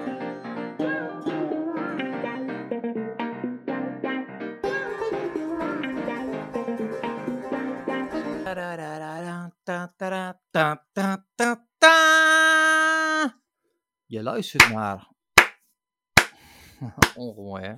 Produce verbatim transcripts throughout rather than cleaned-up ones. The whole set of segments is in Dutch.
Je luistert naar... Ongewoon, hè?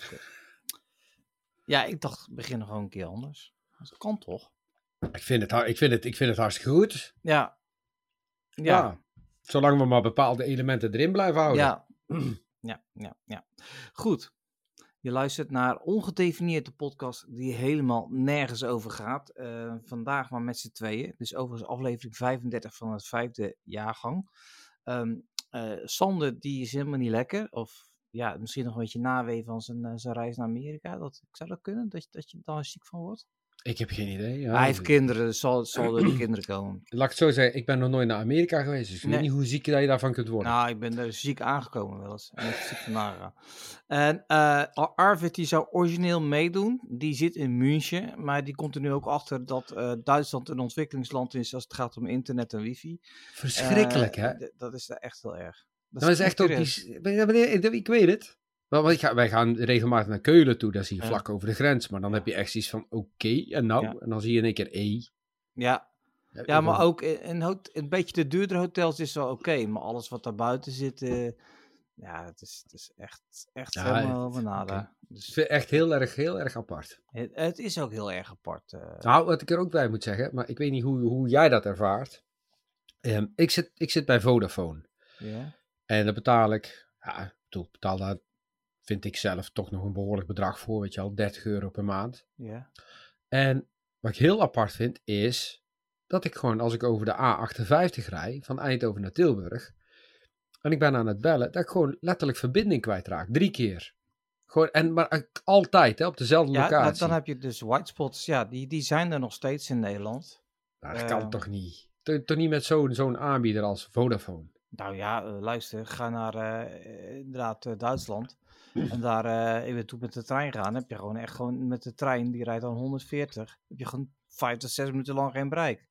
Ja, ik dacht, we beginnen gewoon een keer anders. Dat kan toch? Ik vind het, har- ik vind het, ik vind het hartstikke goed. Ja. Ja. Ja. Zolang we maar bepaalde elementen erin blijven houden. Ja. Ja, ja, ja. Goed. Je luistert naar Ongedefinieerd, de podcast die helemaal nergens over gaat. Uh, vandaag maar met z'n tweeën. Dus overigens aflevering vijfendertig van het vijfde jaargang. Um, uh, Sander, die is helemaal niet lekker. Of ja, misschien nog een beetje nawee van zijn, uh, zijn reis naar Amerika. Dat, zou dat kunnen? Dat, dat je daar ziek van wordt? Ik heb geen idee. Ja. Hij heeft kinderen, dus zal, zal door de kinderen komen. Laat ik het zo zeggen, ik ben nog nooit naar Amerika geweest. Dus ik Nee. weet niet hoe ziek dat je daarvan kunt worden. Nou, ik ben er ziek aangekomen wel eens. En ik ziek vandaan gaan. En uh, Arvid die zou origineel meedoen. Die zit in München. Maar die komt er nu ook achter dat uh, Duitsland een ontwikkelingsland is als het gaat om internet en wifi. Verschrikkelijk, uh, hè? D- dat is echt heel erg. Dat, dat is echt ook die... Ik weet het. Want ik ga, wij gaan regelmatig naar Keulen toe. Dat is hier ja. vlak over de grens. Maar dan heb je echt zoiets van, oké, okay, en nou? Ja. En dan zie je in één keer E. Ja. Ja, maar ook in, in een beetje de duurdere hotels is wel oké. Okay, maar alles wat daar buiten zit, uh, ja, het is, het is echt, echt ja, helemaal benada. Okay. Dus... Ik vind het echt heel erg, heel erg apart. Het, het is ook heel erg apart. Uh... Nou, wat ik er ook bij moet zeggen, maar ik weet niet hoe, hoe jij dat ervaart. Um, ik, zit, ik zit bij Vodafone. Yeah. En dan betaal ik, ja, ik bedoel, betaal daar, vind ik zelf, toch nog een behoorlijk bedrag voor, weet je al, dertig euro per maand. Ja. Yeah. En wat ik heel apart vind, is... dat ik gewoon, als ik over de A achtenvijftig rij, van Eindhoven naar Tilburg, en ik ben aan het bellen, dat ik gewoon letterlijk verbinding kwijtraak. Drie keer. Gewoon, en, maar altijd, hè, op dezelfde ja, locatie. Ja, dan heb je dus white spots. Ja, die, die zijn er nog steeds in Nederland. Nou, dat uh, kan toch niet? Toch, toch niet met zo'n, zo'n aanbieder als Vodafone? Nou ja, uh, luister, ga naar uh, inderdaad uh, Duitsland. En daar, uh, ik ben toen met de trein gaan, heb je gewoon echt gewoon met de trein, die rijdt dan honderdveertig, heb je gewoon vijf tot zes minuten lang geen bereik.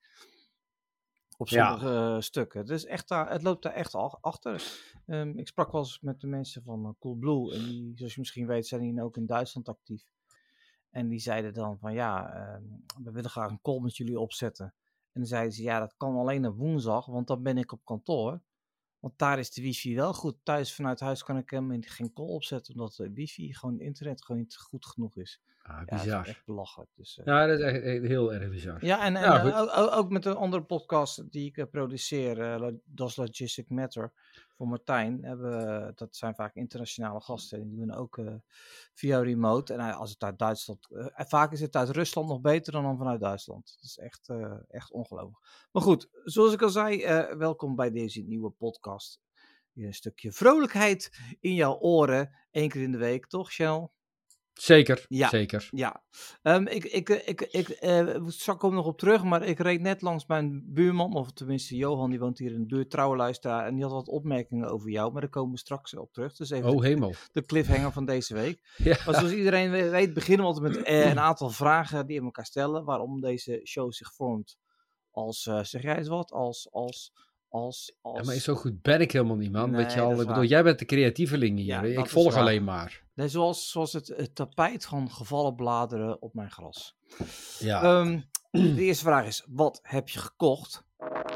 Op sommige ja. uh, stukken. Dus echt daar, het loopt daar echt al achter. Um, ik sprak wel eens met de mensen van uh, Coolblue. En die, zoals je misschien weet, zijn die ook in Duitsland actief. En die zeiden dan van ja, uh, we willen graag een call met jullie opzetten. En dan zeiden ze ja, dat kan alleen op woensdag, want dan ben ik op kantoor. Want daar is de wifi wel goed. Thuis vanuit huis kan ik hem geen call opzetten, omdat de wifi, gewoon internet, gewoon niet goed genoeg is. Ah, bizar. Ja, dat is echt belachelijk. Dus, uh... ja, dat is echt heel erg bizar. Ja, en, en ja, uh, ook, ook met een andere podcast die ik uh, produceer, uh, Does Logistic Matter, voor Martijn. Hebben, dat zijn vaak internationale gasten. En die doen ook uh, via remote. En uh, als het uit Duitsland... Uh, vaak is het uit Rusland nog beter dan, dan vanuit Duitsland. Dat is echt, uh, echt ongelooflijk. Maar goed, zoals ik al zei, uh, welkom bij deze nieuwe podcast. Hier een stukje vrolijkheid in jouw oren. Eén keer in de week, toch, Shell? Zeker, ja, zeker. Ja, um, ik, ik, ik, ik uh, straks kom nog op terug, maar ik reed net langs mijn buurman, of tenminste Johan, die woont hier in de buurt, trouwe luisteraar, en die had wat opmerkingen over jou, maar daar komen we straks op terug. Dus even oh, de, hemel. de cliffhanger van deze week. Ja. Maar zoals iedereen weet, beginnen we altijd met uh, een aantal vragen die we elkaar stellen, waarom deze show zich vormt als, uh, zeg jij eens wat, als... als Als, als... Ja, maar zo goed ben ik helemaal niet, man. Nee, Weet je al, ik bedoel, waar. jij bent de creatieveling hier. Ja, ik volg alleen maar. Nee, zoals, zoals het, het tapijt van gevallen bladeren op mijn gras. Ja. Um, de eerste vraag is, wat heb je gekocht?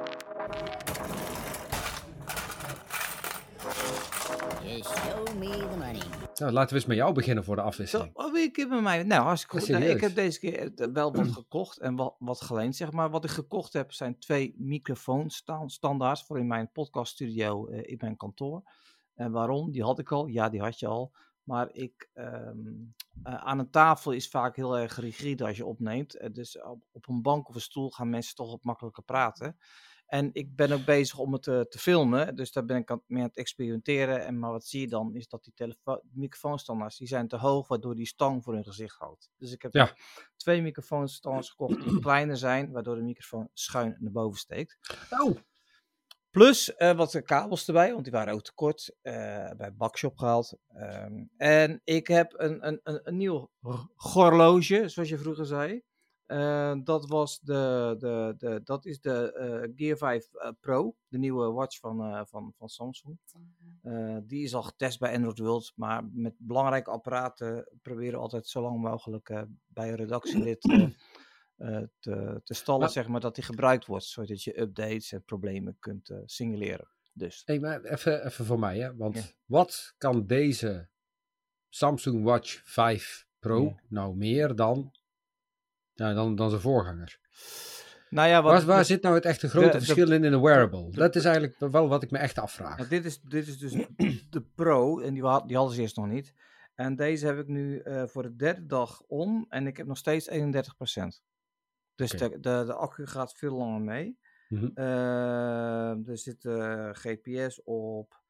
Just show me the money. Nou, laten we eens met jou beginnen voor de afwisseling. Zo, oh, ik heb met mij. Nou, hartstikke goed. Nou, serieus? ik heb deze keer wel wat gekocht en wat, wat geleend, zeg maar. Wat ik gekocht heb zijn twee microfoonstandaards voor in mijn podcaststudio uh, in mijn kantoor. En waarom? Die had ik al. Ja, die had je al. Maar ik, um, uh, aan een tafel is vaak heel erg rigide als je opneemt. Uh, dus op, op een bank of een stoel gaan mensen toch wat makkelijker praten. En ik ben ook bezig om het uh, te filmen, dus daar ben ik aan, mee aan het experimenteren. En maar wat zie je dan, is dat die telefo- microfoonstandaards, die zijn te hoog, waardoor die stang voor hun gezicht houdt. Dus ik heb ja. twee microfoonstandaards gekocht die kleiner zijn, waardoor de microfoon schuin naar boven steekt. Oh. Plus uh, wat kabels erbij, want die waren ook te kort, uh, bij Bakshop gehaald. Um, en ik heb een, een, een, een nieuw horloge, zoals je vroeger zei. Uh, dat was de, de, de, dat is de uh, Gear vijf uh, Pro, de nieuwe watch van, uh, van, van Samsung. Uh, die is al getest bij Android World, maar met belangrijke apparaten proberen we altijd zo lang mogelijk uh, bij een redactielid uh, uh, te, te stallen, maar, zeg maar, dat die gebruikt wordt, zodat je updates en problemen kunt uh, signaleren. Dus. Hey, maar even, even voor mij, hè? Want ja. wat kan deze Samsung Watch vijf Pro ja. nou meer dan, ja, dan, dan zijn voorganger? Nou ja, wat, waar waar de, zit nou het echte grote de, verschil de, in in een wearable? De, dat is eigenlijk wel wat ik me echt afvraag. Nou, dit, is, dit is dus de Pro en die, die hadden ze eerst nog niet. En deze heb ik nu uh, voor de derde dag om en ik heb nog steeds eenendertig procent. Dus okay. de, de, de accu gaat veel langer mee. Mm-hmm. Uh, er zit uh, G P S op,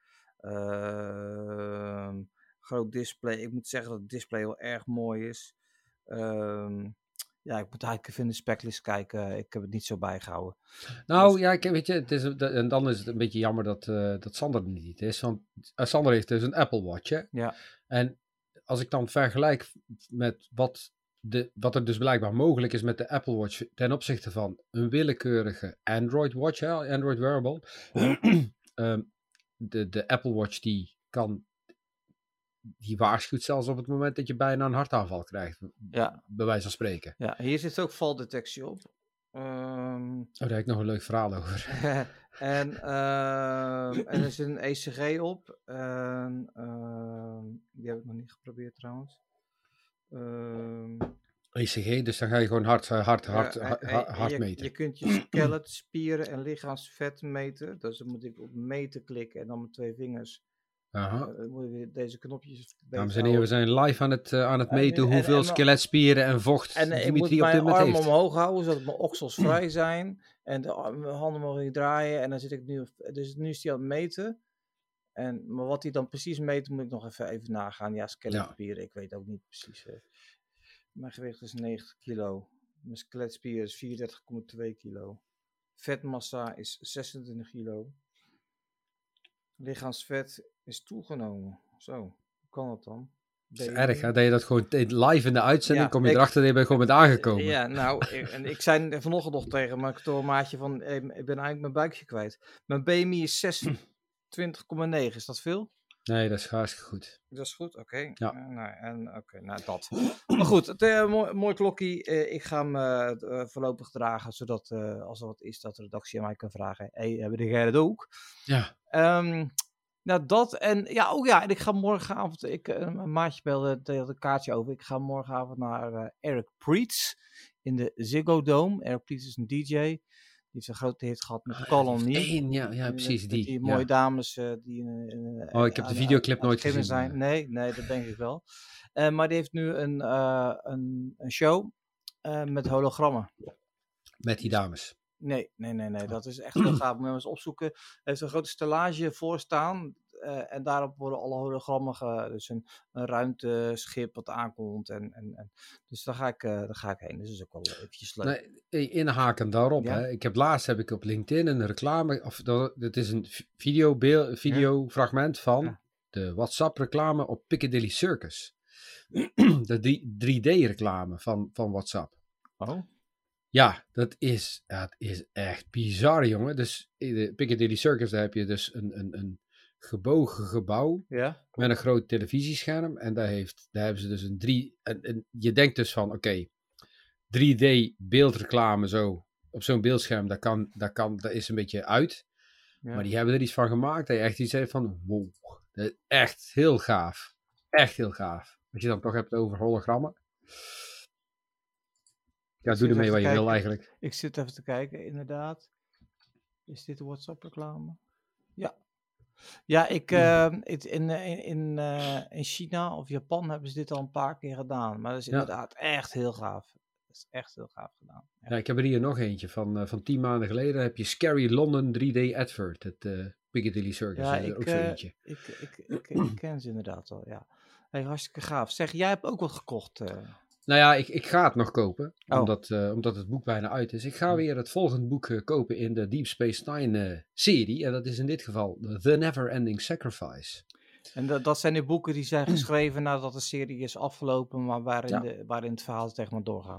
uh, groot display. Ik moet zeggen dat het display wel erg mooi is. Uh, Ja, ik moet eigenlijk even in de speclist kijken. Ik heb het niet zo bijgehouden. Nou dus... ja, ik, weet je, het is, en dan is het een beetje jammer dat, uh, dat Sander er niet is. Want uh, Sander heeft dus een Apple Watch. Hè? Ja. En als ik dan vergelijk met wat, de, wat er dus blijkbaar mogelijk is met de Apple Watch ten opzichte van een willekeurige Android Watch, hè, Android wearable. um, de, de Apple Watch die kan... Die waarschuwt zelfs op het moment dat je bijna een hartaanval krijgt. Ja. Bij wijze van spreken. Ja, hier zit ook valdetectie op. Um... Oh, daar heb ik nog een leuk verhaal over. en, uh, en er zit een E C G op. En, uh, die heb ik nog niet geprobeerd trouwens. Um... E C G, dus dan ga je gewoon hard, hard, hard, uh, hard, hard, hard je, meten. Je kunt je skelet, spieren en lichaamsvet meten. Dus dan moet ik op meten klikken en dan met twee vingers... Aha. Uh, moet je weer deze knopjes... Dames en heren, we zijn live aan het, uh, aan het meten en, hoeveel en, en, skeletspieren en vocht en, Dimitri ik moet op dit mijn moment arm heeft. omhoog houden, zodat mijn oksels vrij zijn. En de arm, mijn handen mogen niet draaien. En dan zit ik nu... Dus nu is hij aan het meten. En, maar wat hij dan precies meet, moet ik nog even, even nagaan. Ja, skeletspieren, ja. Ik weet ook niet precies. Uh, mijn gewicht is negentig kilo. Mijn skeletspieren is vierendertig komma twee kilo. Vetmassa is zesentwintig kilo. Lichaamsvet is toegenomen. Zo, hoe kan dat dan? Het is erg, hè? Dat je dat gewoon live in de uitzending, ja, kom je ik, erachter dat je gewoon bent aangekomen. Ja, nou, ik, en ik zei vanochtend nog tegen mijn kantoormaatje van, hey, ik ben eigenlijk mijn buikje kwijt. Mijn B M I is zesentwintig komma negen, is dat veel? Nee, dat is hartstikke goed. Dat is goed, oké. Okay. Ja. Uh, nou, en, oké, okay, nou dat. Maar goed, het uh, mooi, mooi klokkie. Uh, ik ga hem uh, voorlopig dragen, zodat uh, als er wat is, dat de redactie aan mij kan vragen. Hé, hey, hebben jij dat ook? Ja. Um, nou, dat en ja, oh ja, en ik ga morgenavond, ik, een maatje belde, die had een kaartje over. Ik ga morgenavond naar uh, Eric Prydz in de Ziggo Dome. Eric Prydz is een D J. Die heeft een grote hit gehad met Call On Me. Ja, ja, precies. Met, die met die mooie ja. dames uh, die... Uh, oh, ik heb de videoclip nooit gezien. Zijn. Nee, nee, dat denk ik wel. Uh, maar die heeft nu een, uh, een, een show uh, met hologrammen. Met die dames? Nee, nee, nee, nee. Dat is echt heel gaaf. Moet je eens opzoeken. Hij heeft een grote stellage voor staan. Uh, en daarop worden alle hologrammen, ge, dus een, een ruimteschip wat aankomt. En, en, en, dus daar ga, ik, uh, daar ga ik heen. Dus dat is ook wel eventjes leuk. Nee, inhaken daarop. Ja? Hè. Ik heb laatst heb ik op LinkedIn een reclame, of dat, dat is een video, beeld, video ja. fragment van ja. de WhatsApp reclame op Piccadilly Circus. De drie D reclame van, van WhatsApp. Oh. Ja, dat is, ja, dat is echt bizar, jongen. Dus in de Piccadilly Circus, daar heb je dus een, een, een gebogen gebouw ja, met een groot televisiescherm. En daar, heeft, daar hebben ze dus een drie... En, en je denkt dus van, oké, okay, drie D beeldreclame zo, op zo'n beeldscherm, dat, kan, dat, kan, dat is een beetje uit. Ja. Maar die hebben er iets van gemaakt. Dat je echt iets heeft van, wow, dat is echt heel gaaf. Echt heel gaaf. Als je dan toch hebt over hologrammen. Ja, doe ermee wat je wil eigenlijk. Ik zit even te kijken, inderdaad. Is dit de WhatsApp-reclame? Ja. Ja, ik, uh, in, in, in, uh, in China of Japan hebben ze dit al een paar keer gedaan. Maar dat is inderdaad ja. echt heel gaaf. Dat is echt heel gaaf gedaan. Ja, ja ik heb er hier nog eentje van, uh, van tien maanden geleden. Heb je Scary London drie D Advert. Het uh, Piccadilly Circus. Ja, is er ik, ook zo eentje. Uh, ik, ik, ik, ik ken ze inderdaad al, ja. Hey, hartstikke gaaf. Zeg, jij hebt ook wat gekocht. Uh... Nou ja, ik, ik ga het nog kopen, oh. omdat, uh, omdat het boek bijna uit is. Ik ga weer het volgende boek uh, kopen in de Deep Space Nine uh, serie. En dat is in dit geval The Never-Ending Sacrifice. En dat, dat zijn de boeken die zijn geschreven nadat de serie is afgelopen, maar waarin, ja. de, waarin het verhaal zeg maar doorgaat.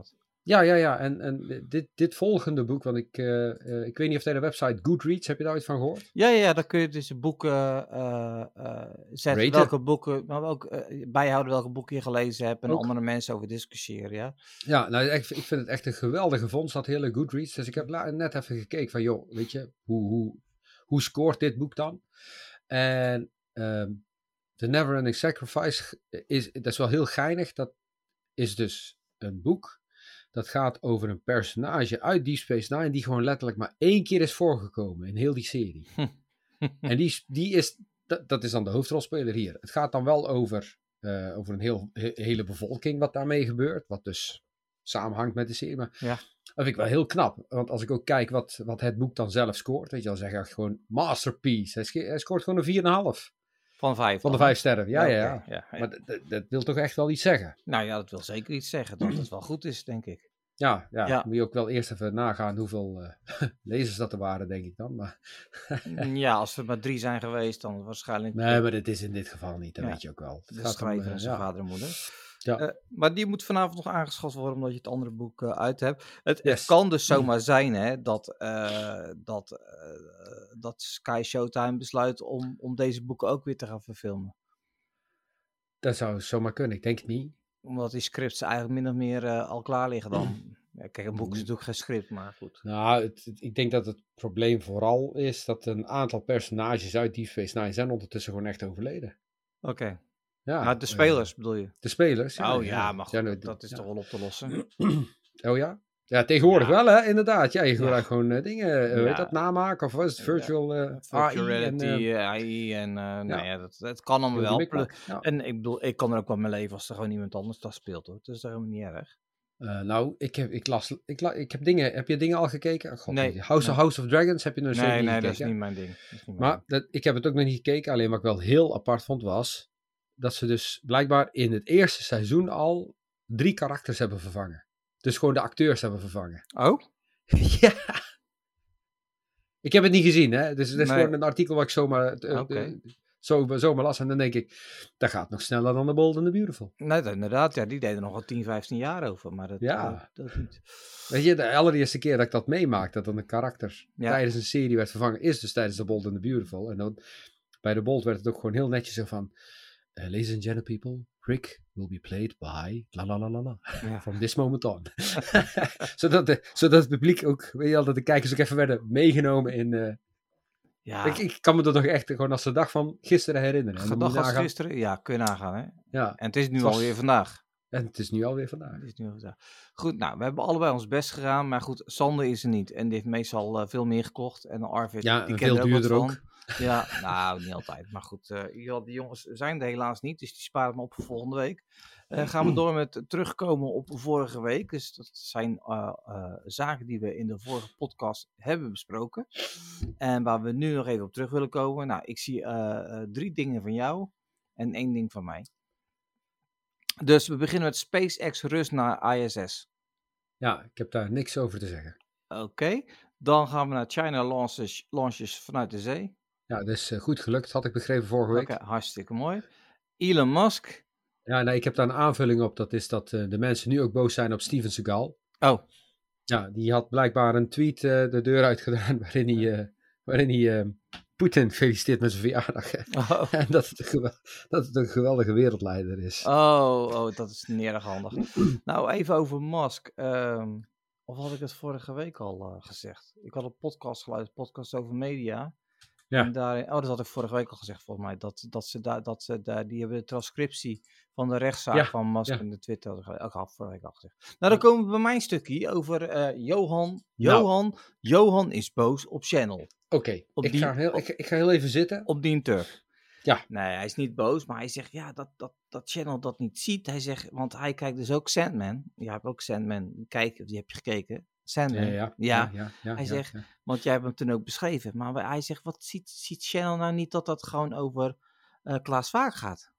Ja, ja, ja. En, en dit, dit volgende boek, want ik, uh, uh, ik weet niet of hij de website Goodreads, heb je daar ooit van gehoord? Ja, ja, dan kun je dus boeken uh, uh, zetten, Raten. welke boeken, maar ook uh, bijhouden welke boeken je gelezen hebt en Ook. andere mensen over discussiëren, ja. Ja, nou, ik, ik vind het echt een geweldige vondst, dat hele Goodreads. Dus ik heb la- net even gekeken van, joh, weet je, hoe, hoe, hoe scoort dit boek dan? En um, The Neverending Sacrifice, is, dat is wel heel geinig. Dat is dus een boek. Dat gaat over een personage uit Deep Space Nine die gewoon letterlijk maar één keer is voorgekomen in heel die serie. En die, die is, dat, dat is dan de hoofdrolspeler hier. Het gaat dan wel over, uh, over een heel, he, hele bevolking wat daarmee gebeurt. Wat dus samenhangt met de serie. Maar ja. dat vind ik wel heel knap. Want als ik ook kijk wat, wat het boek dan zelf scoort. Weet je, dan zeg ik gewoon masterpiece. Hij, sco- hij scoort gewoon een vier komma vijf. Van vijf. Van de vijf sterren. Ja, ja, ja. Okay, ja, ja. Maar d- d- dat wil toch echt wel iets zeggen? Nou ja, dat wil zeker iets zeggen. Dat het wel goed is, denk ik. Ja, ja, ja. moet je ook wel eerst even nagaan hoeveel uh, lezers dat er waren, denk ik dan. Maar ja, als er maar drie zijn geweest, dan waarschijnlijk... Nee, maar dit is in dit geval niet, dat ja. weet je ook wel. Het de gaat schrijver om, uh, en zijn ja. vader en moeder. Ja. Uh, maar die moet vanavond nog aangeschaft worden, omdat je het andere boek uh, uit hebt. Het, Yes. het kan dus zomaar zijn, hè, dat, uh, dat, uh, dat Sky Showtime besluit om, om deze boeken ook weer te gaan verfilmen. Dat zou zomaar kunnen, ik denk het niet. Omdat die scripts eigenlijk min of meer uh, al klaar liggen dan. Ja, kijk, een boek is natuurlijk geen script, maar goed. Nou, het, het, ik denk dat het probleem vooral is dat een aantal personages uit Deep Space Nine zijn ondertussen gewoon echt overleden. Oké. Okay. Ja, maar de spelers uh, bedoel je? De spelers, ja. Oh ja, ja maar goed, ja, nou, dat is ja. toch wel op te lossen. Oh ja? Ja, tegenwoordig ja. wel hè, inderdaad. Ja, je gebruikt ja. gewoon uh, dingen, uh, ja. weet dat, namaken of wat is het, virtual, uh, virtual A I reality, en, uh, A I en uh, ja. nou ja, dat, dat kan allemaal wel. Ja. En ik bedoel, ik kan er ook wel mee leven als er gewoon iemand anders dat speelt hoor. Dat is toch helemaal niet erg. Uh, nou, ik heb, ik, las, ik, la, ik heb dingen, heb je dingen al gekeken? Oh, God, nee. House, nee. of, House of Dragons heb je nog nee, niet nee, gekeken? Nee, dat is niet mijn ding. Dat is niet mijn maar ding. Dat, ik heb het ook nog niet gekeken, alleen wat ik wel heel apart vond was, dat ze dus blijkbaar in het eerste seizoen al drie karakters hebben vervangen. Dus gewoon de acteurs hebben vervangen. Oh? ja. Ik heb het niet gezien, hè. Dus het is nee. gewoon een artikel wat ik zomaar, uh, okay. uh, zo, zomaar las. En dan denk ik, dat gaat nog sneller dan The Bold and the Beautiful. Nee, dat, inderdaad. Ja, die deden nog al tien, vijftien jaar over. Maar dat, ja. uh, dat niet. Weet je, de allereerste keer dat ik dat meemaak, dat dan een karakter ja. tijdens een serie werd vervangen, is dus tijdens The Bold and the Beautiful. En dan bij The Bold werd het ook gewoon heel netjes zo van, uh, ladies and gentle people, Rick will be played by la la la la la. Ja. From this moment on. zodat, de, zodat het publiek ook, weet je al, dat de kijkers ook even werden meegenomen in... Uh, ja. ik, ik kan me dat nog echt gewoon als de dag van gisteren herinneren. Gedag als gisteren? Ja, kun je nagaan, hè? Ja. En het is nu het was, alweer vandaag. En het is nu alweer vandaag. Het is nu vandaag. Goed, nou, we hebben allebei ons best gedaan, maar goed, Sander is er niet. En die heeft meestal uh, veel meer gekocht. En Arvid, ja, die veel er ook duurder wat ook. Van. Ja, nou, niet altijd. Maar goed, uh, die jongens zijn er helaas niet, dus die sparen me op voor volgende week. Uh, gaan we door met terugkomen op vorige week. Dus dat zijn uh, uh, zaken die we in de vorige podcast hebben besproken. En waar we nu nog even op terug willen komen. Nou, ik zie uh, uh, drie dingen van jou en één ding van mij. Dus we beginnen met SpaceX Rust naar I S S. Ja, ik heb daar niks over te zeggen. Oké, okay. Dan gaan we naar China launches, launches vanuit de zee. Ja, dat is uh, goed gelukt, had ik begrepen vorige week. Oké, okay, hartstikke mooi. Elon Musk. Ja, nee, ik heb daar een aanvulling op. Dat is dat uh, de mensen nu ook boos zijn op Steven Seagal. Oh. Ja, die had blijkbaar een tweet uh, de deur uitgedaan waarin hij, uh, waarin hij uh, Poetin feliciteert met zijn verjaardag. Oh. En dat het, een dat het een geweldige wereldleider is. Oh, oh dat is niet erg handig. Nou, even over Musk. Um, of had ik het vorige week al uh, gezegd? Ik had een podcast geluisterd, een podcast over media. Ja. En daarin, oh, dat had ik vorige week al gezegd volgens mij. Dat, dat ze daar, dat ze daar, die hebben de transcriptie van de rechtszaak ja. van Musk ja. in de Twitter. Dat ik had vorige week al gezegd. Nou, dan komen we bij mijn stukje over uh, Johan. Nou. Johan. Johan is boos op Channel. Oké, okay. ik, ik, ik, ik ga heel even zitten. Op Dien Turk. Ja. Nee, hij is niet boos, maar hij zegt ja, dat, dat, dat Channel dat niet ziet. Hij zegt, want hij kijkt dus ook Sandman. Je hebt ook Sandman kijken, die heb je gekeken. Sandman. Ja, ja, ja. ja, ja, ja hij ja, zegt, ja. want jij hebt hem toen ook beschreven. Maar hij zegt, wat ziet, ziet Channel nou niet dat dat gewoon over uh, Klaas Vaak gaat?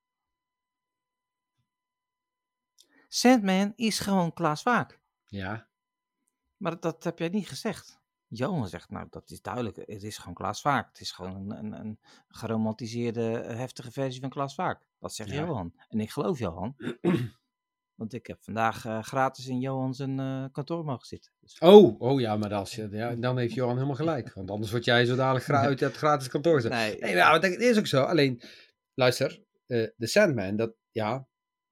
Sandman is gewoon Klaas Vaak. Ja. Maar dat, dat heb jij niet gezegd. Johan zegt, nou dat is duidelijk, het is gewoon Klaas Vaak. Het is gewoon een, een, een geromantiseerde, heftige versie van Klaas Vaak. Dat zegt ja. Johan. En ik geloof Johan. Want ik heb vandaag uh, gratis in Johan zijn uh, kantoor mogen zitten. Dus... Oh, oh ja, maar als je, ja, dan heeft Johan helemaal gelijk. Want anders word jij zo dadelijk gra- uit het gratis kantoor gezet. Nee, nee maar het is ook zo. Alleen, luister, uh, de Sandman, dat, ja...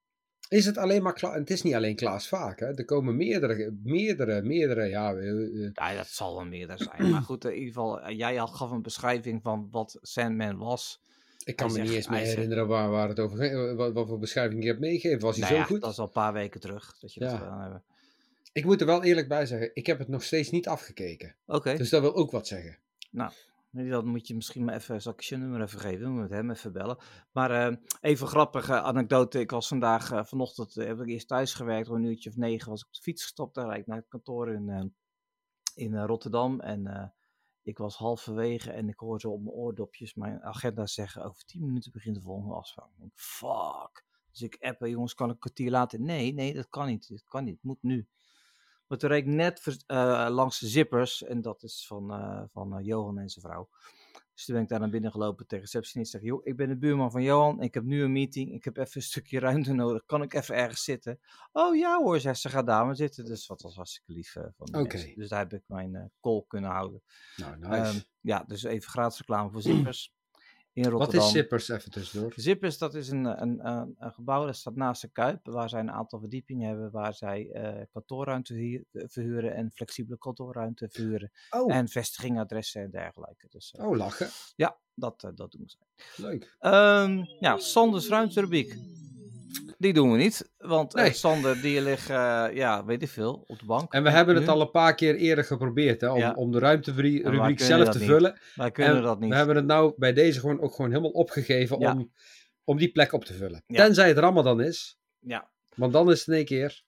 Is het alleen maar... Kla- het is niet alleen Klaas Vaak, hè. Er komen meerdere, meerdere, meerdere, ja... Uh, uh. Ja, dat zal wel meerdere zijn. Maar goed, in ieder geval, jij had, gaf een beschrijving van wat Sandman was... Ik kan hij me zegt, niet eens meer zegt, herinneren waar, waar het over ging. Wat, wat voor beschrijving je hebt meegegeven. Was hij nou zo ja, goed? Dat is al een paar weken terug dat je ja. dat gedaan hebben. Ik moet er wel eerlijk bij zeggen. Ik heb het nog steeds niet afgekeken. Oké. Okay. Dus dat wil ook wat zeggen. Nou, dan moet je misschien maar even... Zal ik je nummer even geven? Dan moet ik met hem even bellen. Maar uh, even grappige anekdote. Ik was vandaag... Uh, vanochtend uh, heb ik eerst thuis gewerkt. Om een uurtje of negen was ik op de fiets gestapt. Daar rijd ik naar het kantoor in, uh, in uh, Rotterdam. En... Uh, Ik was halverwege en ik hoorde op mijn oordopjes mijn agenda zeggen... over tien minuten begint de volgende afspraak. Ik denk, fuck. Dus ik appen, jongens, kan ik een kwartier later? Nee, nee, dat kan niet. Dat kan niet, het moet nu. Maar toen reed ik net uh, langs de Zippers. En dat is van, uh, van uh, Johan en zijn vrouw. Dus toen ben ik daar naar binnen gelopen tegen de receptionist. Ik zeg, joh, ik ben de buurman van Johan. Ik heb nu een meeting. Ik heb even een stukje ruimte nodig. Kan ik even ergens zitten? Oh ja hoor, zegt ze, ga daar maar zitten. Dus dat was hartstikke lief uh, van de okay. mensen. Dus daar heb ik mijn uh, call kunnen houden. Nou, nice. Um, ja, dus even gratis reclame voor Zippers. In Rotterdam. Wat is Zippers, even tussendoor? Zippers, dat is een, een, een, een gebouw dat staat naast de Kuip, waar zij een aantal verdiepingen hebben, waar zij uh, kantoorruimte hier, verhuren en flexibele kantoorruimte verhuren. Oh. En vestigingsadressen en dergelijke. Dus, uh, oh, lachen. Ja, dat, uh, dat doen zij. Leuk. Um, ja, Sanders ruimterubriek. Die doen we niet, want nee. uh, Sander die ligt, uh, ja, weet ik veel, op de bank. En we hebben nu. het al een paar keer eerder geprobeerd, hè, om, ja. om de ruimterubriek zelf te niet. vullen. Wij kunnen en dat niet. We hebben het nou bij deze gewoon ook gewoon helemaal opgegeven ja. om, om die plek op te vullen. Ja. Tenzij het Ramadan is. Ja. Want dan is het in één keer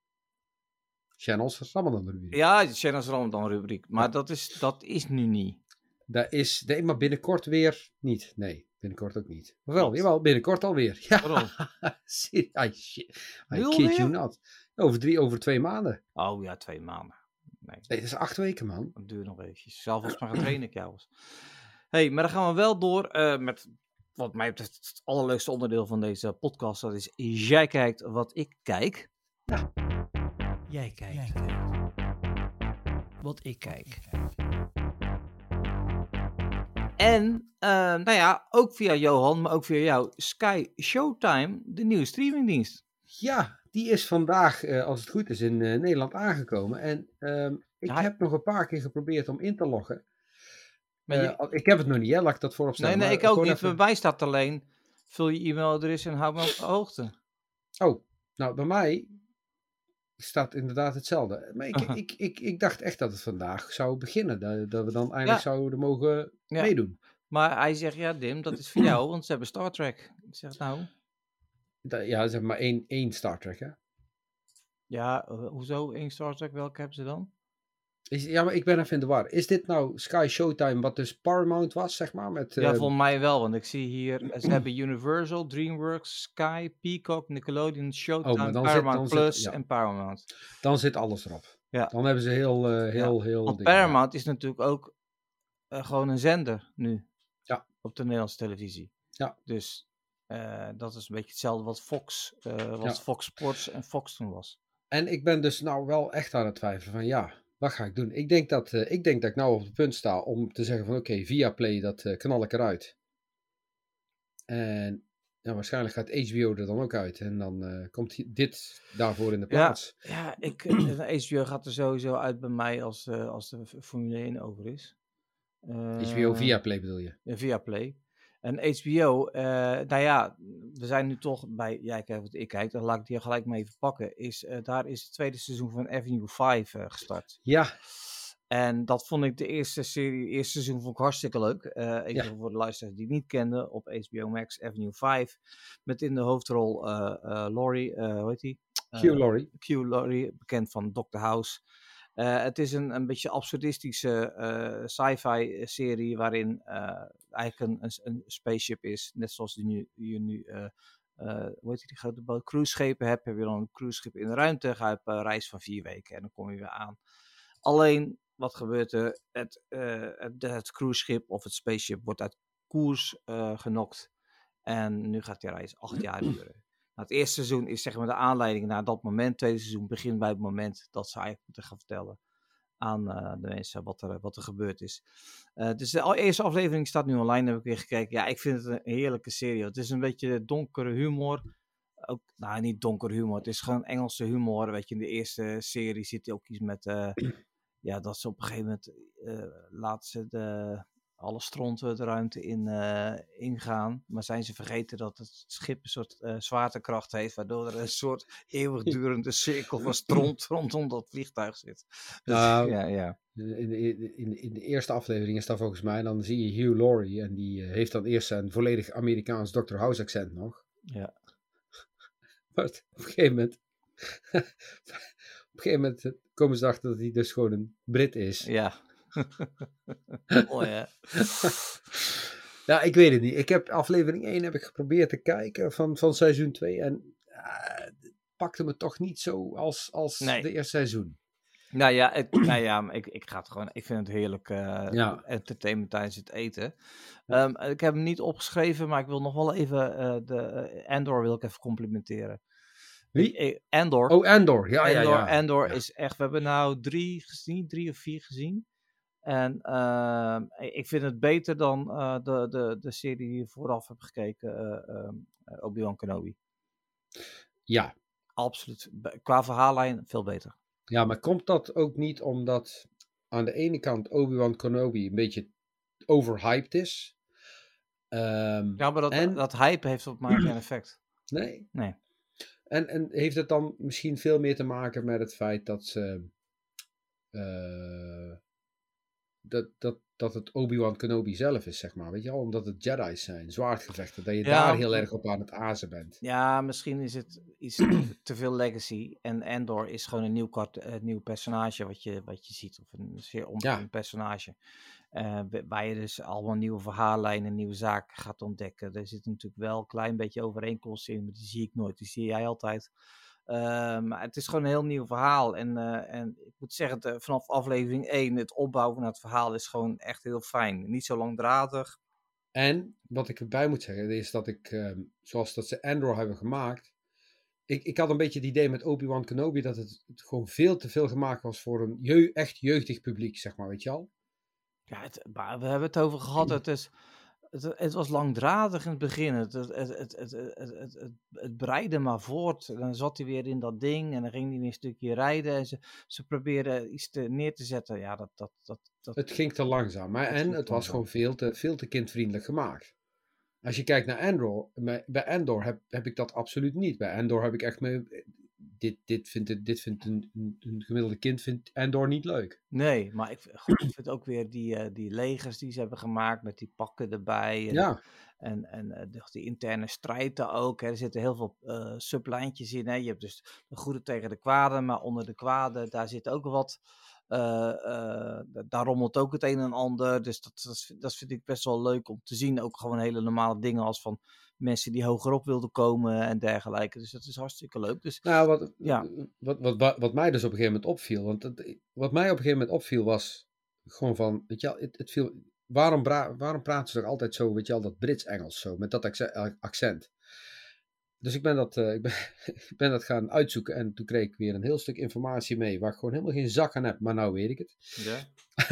Channels Ramadan rubriek. Ja, Channels Ramadan rubriek. Maar ja. dat, is, dat is nu niet. Dat is, nee, maar binnenkort weer niet. Nee. Binnenkort ook niet. Maar wel, jawel, binnenkort alweer. Ja. Waarom? I, shit. I kid you not. Over, drie, over twee maanden. Oh ja, twee maanden. Nee, nee dat is acht weken, man. Dat duurt nog eventjes. Zelf als maar gaan trainen, ik jou. Hey, maar dan gaan we wel door uh, met wat mij betreft het allerleukste onderdeel van deze podcast. Dat is jij kijkt wat ik kijk. Ja. Jij kijkt. Jij kijkt. Wat ik kijk. En, uh, nou ja, ook via Johan, maar ook via jou, Sky Showtime, de nieuwe streamingdienst. Ja, die is vandaag, uh, als het goed is, in uh, Nederland aangekomen. En uh, ik ja. heb nog een paar keer geprobeerd om in te loggen. Uh, je... Ik heb het nog niet, hè? Laat ik dat voorop stellen. Nee, nee, ik ook niet. Even... Bij mij staat alleen, vul je e-mailadres en hou me op de hoogte. Oh, nou, bij mij staat inderdaad hetzelfde. Maar ik, ik, ik, ik dacht echt dat het vandaag zou beginnen. Dat, dat we dan eindelijk ja. zouden mogen ja. meedoen. Maar hij zegt, ja Dim, dat is voor jou, want ze hebben Star Trek. Ik zeg, nou... Dat, ja, ze hebben maar één, één Star Trek, hè? Ja, uh, hoezo één Star Trek? Welke hebben ze dan? Is, ja, maar ik ben even in de war. Is dit nou Sky Showtime, wat dus Paramount was, zeg maar? Met, uh... Ja, volgens mij wel, want ik zie hier, ze hebben Universal, DreamWorks, Sky, Peacock, Nickelodeon, Showtime, oh, Paramount zit, Plus zit, ja. en Paramount. Dan zit alles erop. Ja. Dan hebben ze heel, uh, heel, ja. heel... Want dingen, Paramount ja. is natuurlijk ook uh, gewoon een zender nu. Ja. Op de Nederlandse televisie. Ja. Dus uh, dat is een beetje hetzelfde wat Fox, uh, wat ja. Fox Sports en Fox toen was. En ik ben dus nou wel echt aan het twijfelen van ja... Wat ga ik doen? Ik denk dat, uh, ik, denk dat ik nou op het punt sta om te zeggen van oké, okay, Viaplay, dat uh, knal ik eruit. En ja, waarschijnlijk gaat H B O er dan ook uit. En dan uh, komt dit daarvoor in de plaats. Ja, ja ik, H B O gaat er sowieso uit bij mij als, uh, als de Formule één over is. Uh, H B O Viaplay bedoel je? Ja, Viaplay. En H B O, uh, nou ja, we zijn nu toch bij, jij kijkt wat ik kijk, dan laat ik die gelijk maar even pakken. Is, uh, daar is het tweede seizoen van Avenue vijf uh, gestart. Ja. En dat vond ik de eerste serie, eerste seizoen vond ik hartstikke leuk. Uh, even ja. voor de luisteraars die het niet kenden, op H B O Max, Avenue vijf. Met in de hoofdrol uh, uh, Laurie, uh, hoe heet die? Uh, Q Laurie. Q Laurie, bekend van doctor House. Uh, het is een, een beetje absurdistische uh, sci-fi serie waarin uh, eigenlijk een, een spaceship is. Net zoals die nu, je nu uh, uh, hoe heet die grote boot, cruiseschepen hebt. Heb je dan een cruiseschip in de ruimte, ga je op een reis van vier weken en dan kom je weer aan. Alleen, wat gebeurt er? Het, uh, het, het cruiseschip of het spaceship wordt uit koers uh, genokt. En nu gaat die reis acht jaar duren. Nou, het eerste seizoen is zeg maar de aanleiding naar dat moment. Het tweede seizoen begint bij het moment dat ze eigenlijk moeten gaan vertellen aan uh, de mensen wat er, wat er gebeurd is. Uh, dus de eerste aflevering staat nu online, heb ik weer gekeken. Ja, ik vind het een heerlijke serie. Het is een beetje donkere humor. Ook, nou, niet donker humor. Het is gewoon Engelse humor. Weet je, in de eerste serie zit ook iets met... Uh, ja, dat ze op een gegeven moment... Uh, laten ze de... alle stronten de ruimte in uh, ingaan. Maar zijn ze vergeten dat het schip een soort uh, zwaartekracht heeft, waardoor er een soort eeuwigdurende cirkel van stront rondom dat vliegtuig zit. Nou, ja, ja. In, de, in, in de eerste aflevering is dat volgens mij, dan zie je Hugh Laurie en die uh, heeft dan eerst zijn volledig Amerikaans doctor House accent nog. Ja. Maar op een gegeven moment... op een gegeven moment komen ze erachter dat hij dus gewoon een Brit is. Ja. Mooi, hè? Ja, ik weet het niet. Ik heb aflevering één heb ik geprobeerd te kijken van, van seizoen twee. En uh, het pakte me toch niet zo als, als nee. de eerste seizoen. Nou ja, het, nou ja ik, ik ga het gewoon. Ik vind het heerlijk uh, ja. entertainment tijdens het eten. Um, ik heb hem niet opgeschreven, maar ik wil nog wel even uh, de uh, Andor wil ik even complimenteren. Wie? Andor. Oh, Andor. Ja, Andor, ja, ja. Andor ja. is echt... We hebben nou drie gezien, drie of vier gezien. En uh, ik vind het beter dan uh, de, de, de serie die je vooraf hebt gekeken, uh, um, Obi-Wan Kenobi. Ja. Absoluut. Qua verhaallijn veel beter. Ja, maar komt dat ook niet omdat aan de ene kant Obi-Wan Kenobi een beetje overhyped is? Um, ja, maar dat, en... dat hype heeft op mij geen effect. Nee? Nee. En, en heeft het dan misschien veel meer te maken met het feit dat ze... Uh, dat, dat, dat het Obi-Wan Kenobi zelf is, zeg maar. Weet je wel? Omdat het Jedi's zijn, zwaardgevechten. Dat je ja, daar heel erg op aan het azen bent. Ja, misschien is het iets te veel legacy. En Andor is gewoon een nieuw, kart, uh, nieuw personage wat je, wat je ziet. Of een zeer onbekend ja. personage. Uh, waar je dus allemaal nieuwe verhaallijnen, nieuwe zaken gaat ontdekken. Er zit natuurlijk wel een klein beetje overeenkomst in, maar die zie ik nooit. Die zie jij altijd. Uh, maar het is gewoon een heel nieuw verhaal. En, uh, en ik moet zeggen, de, vanaf aflevering één, het opbouwen van het verhaal is gewoon echt heel fijn. Niet zo langdradig. En wat ik erbij moet zeggen, is dat ik, uh, zoals dat ze Andor hebben gemaakt, ik, ik had een beetje het idee met Obi-Wan Kenobi dat het, het gewoon veel te veel gemaakt was voor een jeu- echt jeugdig publiek, zeg maar, weet je al? Ja, het, we hebben het over gehad. Het, is, het, het was langdradig in het begin. Het, het, het, het, het, het, het, het, het breidde maar voort. En dan zat hij weer in dat ding en dan ging hij weer een stukje rijden. En ze, ze probeerden iets te, neer te zetten. Ja, dat, dat, dat, dat, het ging te langzaam. Maar, en het langzaam. was gewoon veel te, veel te kindvriendelijk gemaakt. Als je kijkt naar Andor, bij Andor heb, heb ik dat absoluut niet. Bij Andor heb ik echt mee... Dit, dit vindt, dit vindt een, een gemiddelde kind vindt Andor niet leuk. Nee, maar ik, God, ik vind ook weer die, uh, die legers die ze hebben gemaakt met die pakken erbij. En, ja. En, en uh, die interne strijd daar ook. Hè. Er zitten heel veel uh, sublijntjes in. Hè. Je hebt dus de goede tegen de kwade, maar onder de kwade, daar zit ook wat... Uh, uh, daar rommelt ook het een en ander. Dus dat, dat, dat vind ik best wel leuk om te zien. Ook gewoon hele normale dingen als van mensen die hogerop wilden komen en dergelijke. Dus dat is hartstikke leuk. Dus, nou, wat, ja. wat, wat, wat, wat mij dus op een gegeven moment opviel. Want het, wat mij op een gegeven moment opviel was gewoon van, weet je wel, het, het viel, waarom, bra, waarom praten ze toch altijd zo, weet je wel, dat Brits-Engels zo, met dat accent. Dus ik ben, dat, uh, ik, ben, ik ben dat gaan uitzoeken en toen kreeg ik weer een heel stuk informatie mee waar ik gewoon helemaal geen zak aan heb, maar nou weet ik het. Ja.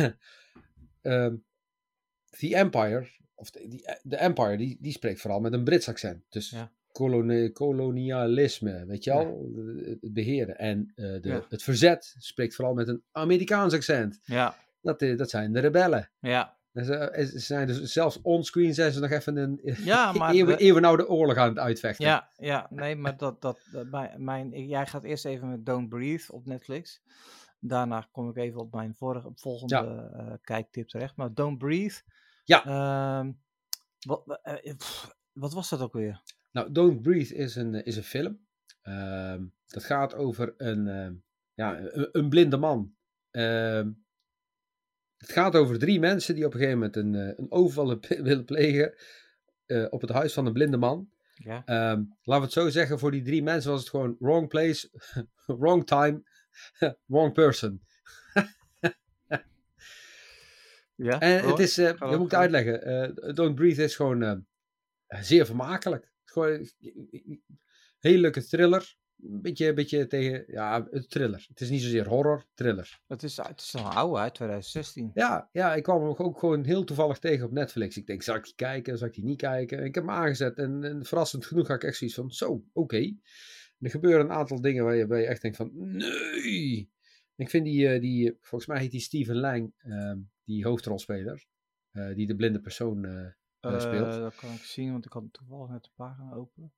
um, The Empire, of de, die, de Empire, die, die spreekt vooral met een Brits accent. Dus ja. koloni- kolonialisme, weet je wel, ja. het beheren. En uh, de, ja. het verzet spreekt vooral met een Amerikaans accent. Ja. Dat, dat zijn de rebellen. Ja. Ze zijn dus zelfs onscreen zijn ze nog even een ja, maar eeuwen, de... eeuwenoude oorlog aan het uitvechten. Ja, ja, nee, maar dat, dat, dat mijn, mijn, jij gaat eerst even met Don't Breathe op Netflix. Daarna kom ik even op mijn vorige, volgende ja. uh, kijktip terecht. Maar Don't Breathe. Ja. Uh, wat, uh, pff, wat was dat ook weer? Nou, Don't Breathe is een, is een film. Uh, dat gaat over een, uh, ja, een, een blinde man. Uh, Het gaat over drie mensen die op een gegeven moment een, een overval willen plegen uh, op het huis van een blinde man. Ja. Um, laten we het zo zeggen, voor die drie mensen was het gewoon wrong place, wrong time, wrong person. ja, en hoor. het is, uh, dat moet ik uitleggen, uh, Don't Breathe is gewoon uh, zeer vermakelijk. Gewoon, Hele leuke thriller. Een beetje, beetje tegen, ja, een thriller. Het is niet zozeer horror, thriller. Het is, het is al een oude uit twintig zestien. Ja, ja, ik kwam hem ook gewoon heel toevallig tegen op Netflix. Ik denk, zal ik die kijken, zal ik die niet kijken? En ik heb hem aangezet en, en verrassend genoeg ga ik echt zoiets van, zo, oké. Okay. Er gebeuren een aantal dingen waar je, waar je echt denkt van, nee. Ik vind die, uh, die volgens mij heet die Steven Lang, uh, die hoofdrolspeler, uh, die de blinde persoon uh, uh, speelt. Uh, dat kan ik zien, want ik had toevallig net de pagina open.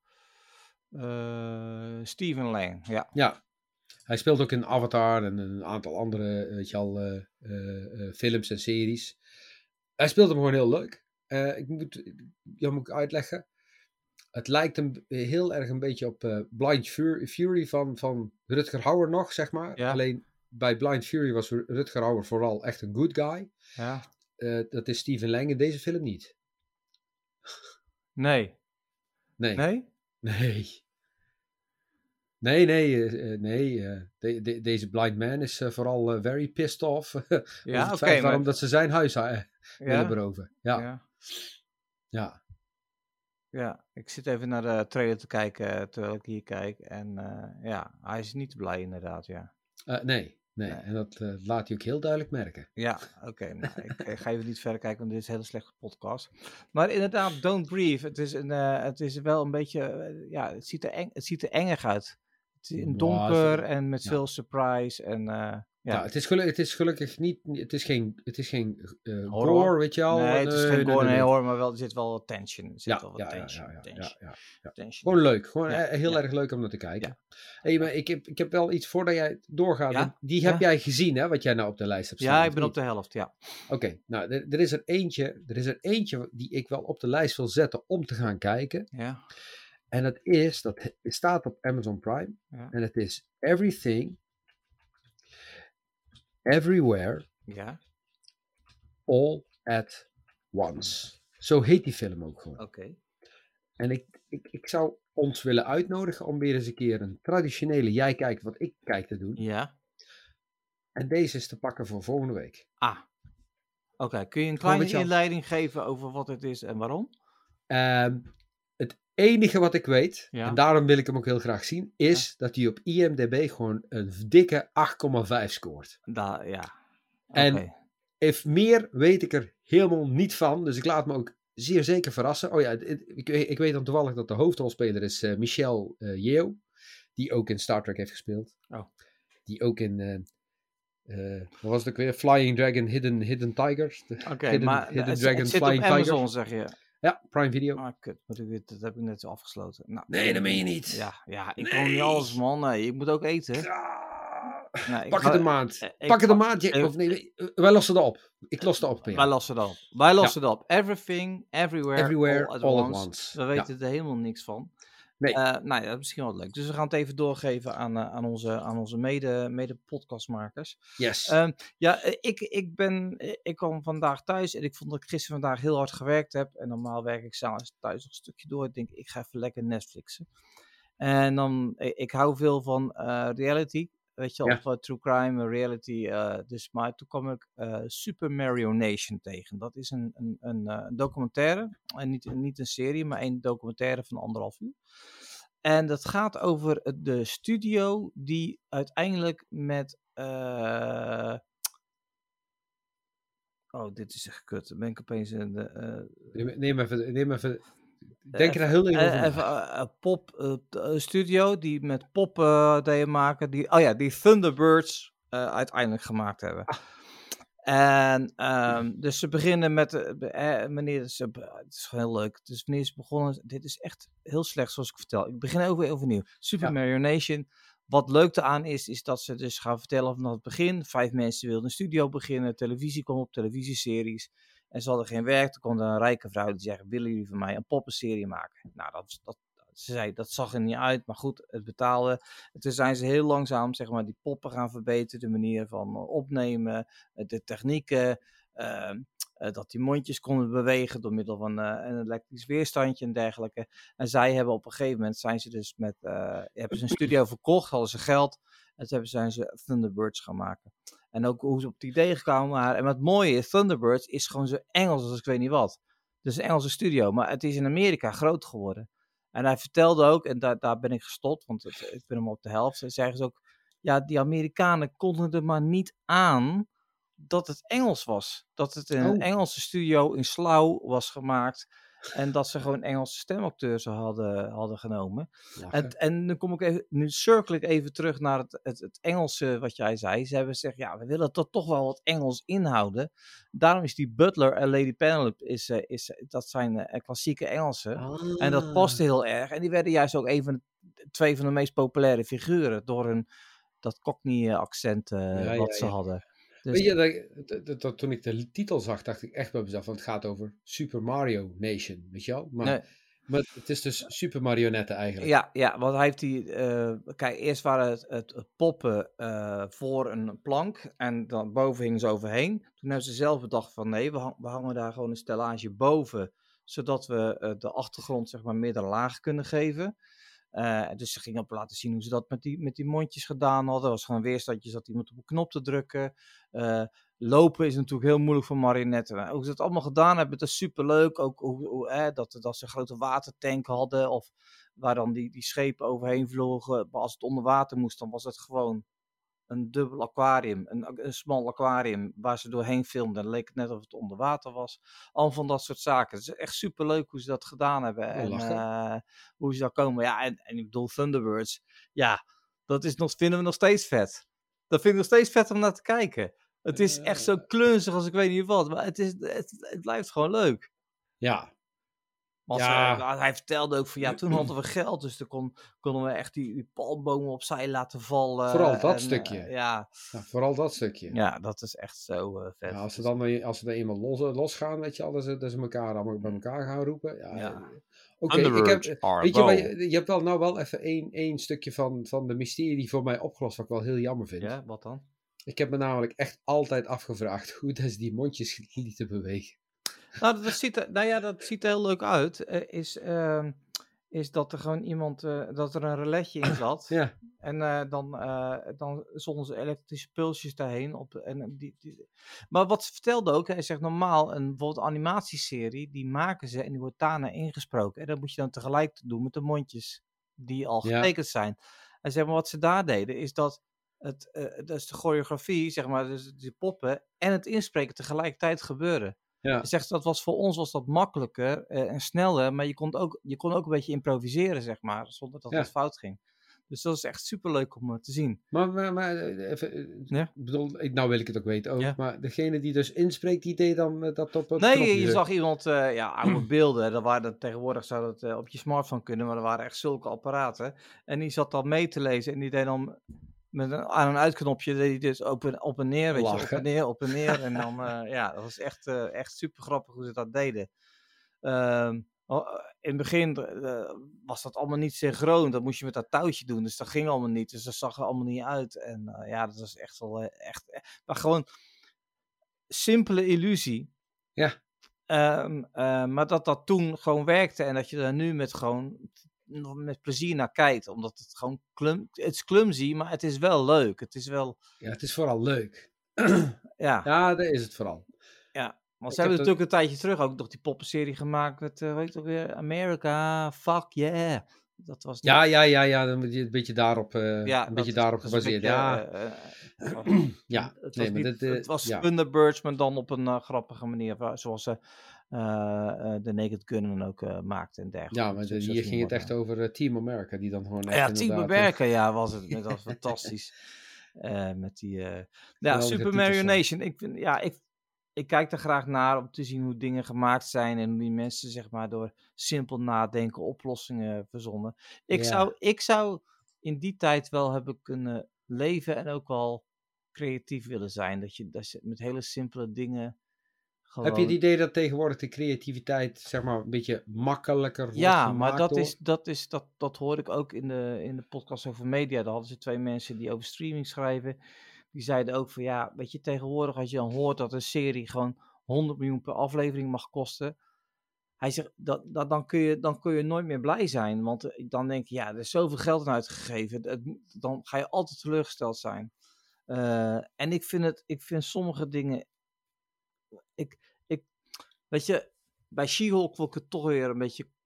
Uh, Steven Lang, ja. Ja, hij speelt ook in Avatar en een aantal andere, weet je al, uh, uh, uh, films en series. Hij speelt hem gewoon heel leuk. Uh, ik moet, ja, moet ik uitleggen. Het lijkt hem heel erg een beetje op uh, Blind Fury van, van Rutger Hauer nog, zeg maar. Ja. Alleen bij Blind Fury was Rutger Hauer vooral echt een good guy. Ja. Uh, dat is Steven Lang in deze film niet. Nee. Nee. Nee? Nee. Nee, nee, uh, nee. Uh, de, de, deze blind man is uh, vooral uh, very pissed off uh, ja, over het okay, feit waarom maar... dat ze zijn huis uh, ja? willen beroven. Ja. Ja. Ja. Ja, ik zit even naar de trailer te kijken terwijl ik hier kijk. En uh, ja, hij is niet blij inderdaad, ja. Uh, nee, nee, nee. En dat uh, laat hij ook heel duidelijk merken. Ja, oké. Okay, nou, ik, ik ga even niet verder kijken, want dit is een hele slechte podcast. Maar inderdaad, Don't Breathe. Het is, een, uh, het is wel een beetje, uh, ja, het ziet er, eng, het ziet er engig uit. Het is in donker wow, en met ja. veel surprise en... Uh, Ja, ja het, is geluk, het is gelukkig niet, het is geen, het is geen uh, horror. gore, weet je al. Nee, het is nee, geen nee, gore, nee, nee hoor, maar wel, er zit wel wat tension. Er zit ja, wel wat ja, tension, ja, ja, tension, ja, ja, ja. tension. Gewoon leuk, gewoon ja. heel ja. erg leuk om naar te kijken. Ja. Hey, maar ik heb, ik heb wel iets voordat jij doorgaat, ja? die heb ja. jij gezien hè, wat jij nou op de lijst hebt staan. Ja, ik ben op de helft, ja. Oké, okay, nou, er, er is er eentje, er is er eentje die ik wel op de lijst wil zetten om te gaan kijken. Ja. En dat is, dat het staat op Amazon Prime. Ja. En het is Everything, Everywhere, ja. All at Once. Zo heet die film ook gewoon. Oké. Okay. En ik, ik, ik zou ons willen uitnodigen om weer eens een keer een traditionele jij kijkt wat ik kijk te doen. Ja. En deze is te pakken voor volgende week. Ah. Oké, okay. Kun je een kleine je inleiding geven over wat het is en waarom? Um, het enige wat ik weet, ja. en daarom wil ik hem ook heel graag zien, is ja. dat hij op I M D B gewoon een dikke acht komma vijf scoort. Da, ja. Okay. En if meer weet ik er helemaal niet van, dus ik laat me ook zeer zeker verrassen. Oh ja, ik, ik weet dan toevallig dat de hoofdrolspeler is uh, Michelle uh, Yeoh, die ook in Star Trek heeft gespeeld. Oh. Die ook in, uh, uh, wat was het ook weer? Flying Dragon, Hidden, Hidden Tigers. Oké, okay, maar Hidden het, Dragon, het zit Flying op Amazon, Tigers. zeg je? Ja, Prime Video. Ah, kut, dat heb ik net zo afgesloten. Nou, nee, dat meen je niet. Ja, ja ik nee. kan niet alles, man. Nee, ik moet ook eten. Ja. Nou, Pak ga, het een maand. ik, Pak het een ik, maand. Ik, of nee, wij lossen het op. Ik los het op. Wij lossen het op. Wij lossen ja. het op. Everything, everywhere, everywhere all at all once. At once. We weten ja. er helemaal niks van. Nee. Uh, nou ja, dat is misschien wel leuk. Dus we gaan het even doorgeven aan, uh, aan onze, aan onze mede, mede podcastmakers. Yes. Uh, ja, ik, ik ben, ik kwam vandaag thuis en ik vond dat ik gisteren vandaag heel hard gewerkt heb. En normaal werk ik s'avonds thuis nog een stukje door. Ik denk, ik ga even lekker Netflixen. En dan, ik, ik hou veel van uh, reality. Weet je, ja. of uh, true crime, reality. Uh, dus, maar toen kwam ik uh, Super Mario Nation tegen. Dat is een, een, een, uh, een documentaire. En niet, niet een serie, maar een documentaire van anderhalf uur. En dat gaat over de studio die uiteindelijk met... Uh... Oh, dit is echt kut. Dan ben ik opeens in de... Uh... Neem, neem even... Neem even... Denk er heel even over. Even uh, pop uh, studio die met pop uh, deden maken. Die, oh ja, die Thunderbirds uh, uiteindelijk gemaakt hebben. Ah. En um, dus ze beginnen met uh, wanneer ze, uh, het is gewoon heel leuk. Dus wanneer ze begonnen, dit is echt heel slecht zoals ik vertel. Ik begin over overnieuw. Super ja. Mario Nation. Wat leuk eraan is, is dat ze dus gaan vertellen vanaf het begin. Vijf mensen wilden een studio beginnen. Televisie kwam op, televisieseries. En ze hadden geen werk. Toen kwam er een rijke vrouw die zei, willen jullie van mij een poppenserie maken? Nou, dat, dat, ze zei, dat zag er niet uit, maar goed, het betaalde. En toen zijn ze heel langzaam, zeg maar, die poppen gaan verbeteren. De manier van opnemen, de technieken. Uh, uh, dat die mondjes konden bewegen door middel van uh, een elektrisch weerstandje en dergelijke. En zij hebben op een gegeven moment, zijn ze dus met, uh, hebben ze een studio verkocht, hadden ze geld. En toen zijn ze Thunderbirds gaan maken. En ook hoe ze op het idee gekomen waren. En wat mooie is, Thunderbirds is gewoon zo Engels als ik weet niet wat. Dus een Engelse studio, maar het is in Amerika groot geworden. En hij vertelde ook, en daar, daar ben ik gestopt, want het, ik ben hem op de helft. En zeggen ze ook, ja, die Amerikanen konden er maar niet aan dat het Engels was. Dat het in een Oh. Engelse studio in Slough was gemaakt. En dat ze gewoon Engelse stemacteurs hadden, hadden genomen. Lachen. En, en nu kom ik even, nu cirkel ik even terug naar het, het, het Engelse wat jij zei. Ze hebben gezegd, ja, we willen toch toch wel wat Engels inhouden. Daarom is die Butler en Lady Penelope, is, eh, is, dat zijn eh, klassieke Engelsen. Ah. En dat paste heel erg. En die werden juist ook een van de, twee van de meest populaire figuren. Door hun, dat Cockney accent uh, Ja, wat ja, ze ja. hadden. Dus, Weet je, dat, dat, dat, dat- toen ik de titel zag, dacht ik echt bij mezelf, want het gaat over Super Mario Nation, weet je wel? Maar, nee, maar het is dus Super Marionetten eigenlijk. ja, ja, want hij heeft die. eh, kijk, eerst waren het, het, het poppen eh, voor een plank. En dan boven hingen ze overheen. Toen hebben ze zelf bedacht van nee, we, hang- we hangen daar gewoon een stellage boven. Zodat we eh, de achtergrond, zeg maar, middenlaag kunnen geven. Eh, dus ze gingen op laten zien hoe ze dat met die, met die mondjes gedaan hadden. Er was gewoon een weerstandje, zat iemand op een knop te drukken. Eh, lopen is natuurlijk heel moeilijk voor marionetten. Hoe ze dat allemaal gedaan hebben, dat is superleuk. Ook hoe, hoe, eh, dat, dat ze een grote watertank hadden. Of waar dan die, die schepen overheen vlogen. Maar als het onder water moest, dan was het gewoon een dubbel aquarium. Een, een smal aquarium waar ze doorheen filmden. Dan leek het net of het onder water was. Al van dat soort zaken. Het is echt superleuk hoe ze dat gedaan hebben. Oh, en lachen. uh, hoe ze daar komen. Ja, en, en ik bedoel Thunderbirds. Ja, dat is nog, vinden we nog steeds vet. Dat vind ik nog steeds vet om naar te kijken. Het is echt zo klunzig als ik weet niet wat. Maar het, is, het, het blijft gewoon leuk. Ja. Want Ja. ze, hij vertelde ook van ja, toen hadden we geld, dus dan kon, konden we echt die, die palmbomen opzij laten vallen. Vooral dat en, stukje. Uh, ja. ja, vooral dat stukje. Ja, dat is echt zo uh, vet. Ja, als ze dan als ze er eenmaal los, los gaan, weet je al, dat ze, dat ze elkaar allemaal bij elkaar gaan roepen. Ja. ja. Oké, okay, ik heb, weet je, je, je hebt wel nou wel even één, één stukje van, van de mysterie voor mij opgelost, wat ik wel heel jammer vind. Ja, wat dan? Ik heb me namelijk echt altijd afgevraagd hoe dat ze die mondjes lieten bewegen. Nou, dat ziet er, nou ja, dat ziet er heel leuk uit. Uh, is, uh, is dat er gewoon iemand, uh, dat er een reletje in zat. Ja. En uh, dan, uh, dan zonden ze elektrische pulsjes daarheen. Op, en die, die... Maar wat ze vertelde ook, hij zegt normaal, een bijvoorbeeld animatieserie, die maken ze en die wordt daarna ingesproken. En dat moet je dan tegelijk doen met de mondjes die al Ja. getekend zijn. En zeg maar, wat ze daar deden, is dat het, uh, dat is de choreografie, zeg maar, dus de poppen en het inspreken tegelijkertijd gebeuren. Ja. Zegt, dat was voor ons was dat makkelijker uh, en sneller, maar je kon, ook, je kon ook een beetje improviseren, zeg maar, zonder dat ja. het fout ging. Dus dat is echt superleuk om uh, te zien. Maar, maar, maar even, ja? bedoel, nou wil ik het ook weten ook, ja. maar degene die dus inspreekt, die deed dan uh, dat op het Nee, knopje je zet. zag iemand, uh, ja, oude beelden, dat waren, tegenwoordig zou dat uh, op je smartphone kunnen, maar er waren echt zulke apparaten. En die zat dan mee te lezen en die deed dan met een aan- en uitknopje, deed hij dus op en, op en neer, weet je, op en neer, op en neer. En dan, uh, ja, dat was echt, uh, echt super grappig hoe ze dat deden. Uh, in het begin uh, was dat allemaal niet synchroon. Dat moest je met dat touwtje doen. Dus dat ging allemaal niet. Dus dat zag er allemaal niet uit. En uh, ja, dat was echt wel uh, echt. Maar gewoon simpele illusie. Ja. Um, uh, maar dat dat toen gewoon werkte. En dat je er nu met gewoon met plezier naar kijkt. Omdat het gewoon klum, het is clumsy, maar het is wel leuk. Het is wel. Ja, het is vooral leuk. ja. Ja, dat is het vooral. Ja. Want ze hebben natuurlijk dat... een tijdje terug ook nog die poppenserie gemaakt met, uh, weet je ook weer, America, fuck yeah. Dat was ja, ja, ja, ja, dan moet je een beetje daarop, uh, ja, een beetje daarop gebaseerd. Ja, uh, uh, uh, ja. Het nee, was, maar niet, dit, uh, het was ja. Thunderbirds, maar dan op een uh, grappige manier, zoals ze uh, uh, de Naked Gun dan ook uh, maakte en dergelijke. Ja, maar de, hier ging het echt over uh, Team America, die dan gewoon echt Ja, Team America, uh, ja, was het. Dat was fantastisch. Uh, met die, uh, ja, Super Mario Nation. Ik vind, ja, ik Ik kijk er graag naar om te zien hoe dingen gemaakt zijn en hoe die mensen, zeg maar, door simpel nadenken oplossingen verzonnen. Ik, ja. zou, ik zou in die tijd wel hebben kunnen leven en ook wel creatief willen zijn. Dat je, dat je met hele simpele dingen gewoon... Heb je het idee dat tegenwoordig de creativiteit, zeg maar, een beetje makkelijker wordt ja, gemaakt? Ja, maar dat, door... is, dat, is, dat, dat hoorde ik ook in de, in de podcast over media. Daar hadden ze twee mensen die over streaming schrijven. Die zeiden ook van ja, weet je, tegenwoordig als je dan hoort dat een serie gewoon honderd miljoen per aflevering mag kosten. Hij zegt, dat, dat, dan, kun je, dan kun je nooit meer blij zijn. Want dan denk je, ja, er is zoveel geld aan uitgegeven. Het, dan ga je altijd teleurgesteld zijn. Uh, en ik vind het, ik vind sommige dingen, ik, ik, weet je, bij She-Hulk wil ik het toch weer een beetje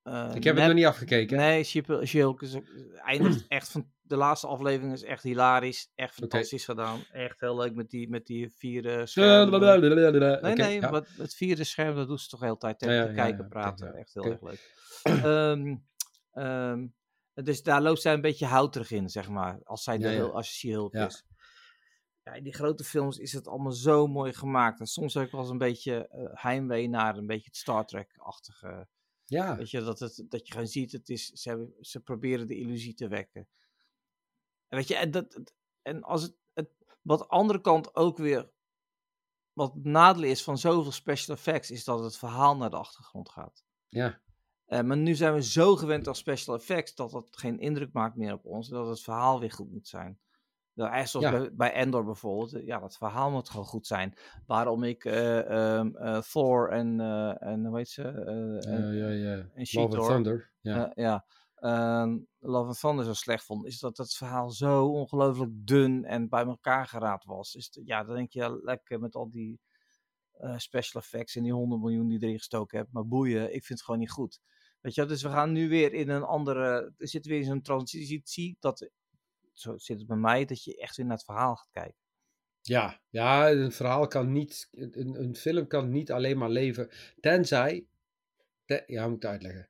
uh, Ik heb het nog niet afgekeken. Nee, She-Hulk is eindigt echt van... De laatste aflevering is echt hilarisch. Echt fantastisch okay. gedaan. Echt heel leuk met die, met die vierde schermen. Nee, okay, nee, ja. met het vierde scherm, dat doet ze toch de hele tijd tegen ja, ja, de kijker ja, ja, praten. Okay, ja. Echt heel okay. erg leuk. um, um, dus daar loopt zij een beetje houterig in, zeg maar. Als zij de ja, ja. Heel, als je She-Hulk ja. is. Ja, in die grote films is het allemaal zo mooi gemaakt. En soms heb ik wel eens een beetje uh, heimwee naar een beetje het Star Trek-achtige. Ja. Weet je, dat, het, dat je gewoon ziet, het is, ze, hebben, ze proberen de illusie te wekken. En weet je, en, dat, en als het, het, wat andere kant ook weer, wat het nadeel is van zoveel special effects, is dat het verhaal naar de achtergrond gaat. Ja. Uh, maar nu zijn we zo gewend aan special effects, dat dat geen indruk maakt meer op ons, dat het verhaal weer goed moet zijn. Nou, echt zoals ja. bij, bij Endor bijvoorbeeld, ja, dat verhaal moet gewoon goed zijn. Waarom ik uh, um, uh, Thor en, uh, en hoe heet ze? Uh, uh, ja, ja. En Love and Thunder. Ja. Uh, ja. Uh, Love and Thunder zo slecht vond, is dat het verhaal zo ongelooflijk dun en bij elkaar geraapt was. Is de, ja, dan denk je, ja, lekker met al die uh, special effects en die honderd miljoen die erin gestoken hebt. Maar boeien, ik vind het gewoon niet goed. Weet je, dus we gaan nu weer in een andere, er zit weer in zo'n transitie, dat, zo zit het bij mij, dat je echt weer naar het verhaal gaat kijken. Ja, ja, een verhaal kan niet, een, een film kan niet alleen maar leven, tenzij, te, ja, moet ik uitleggen.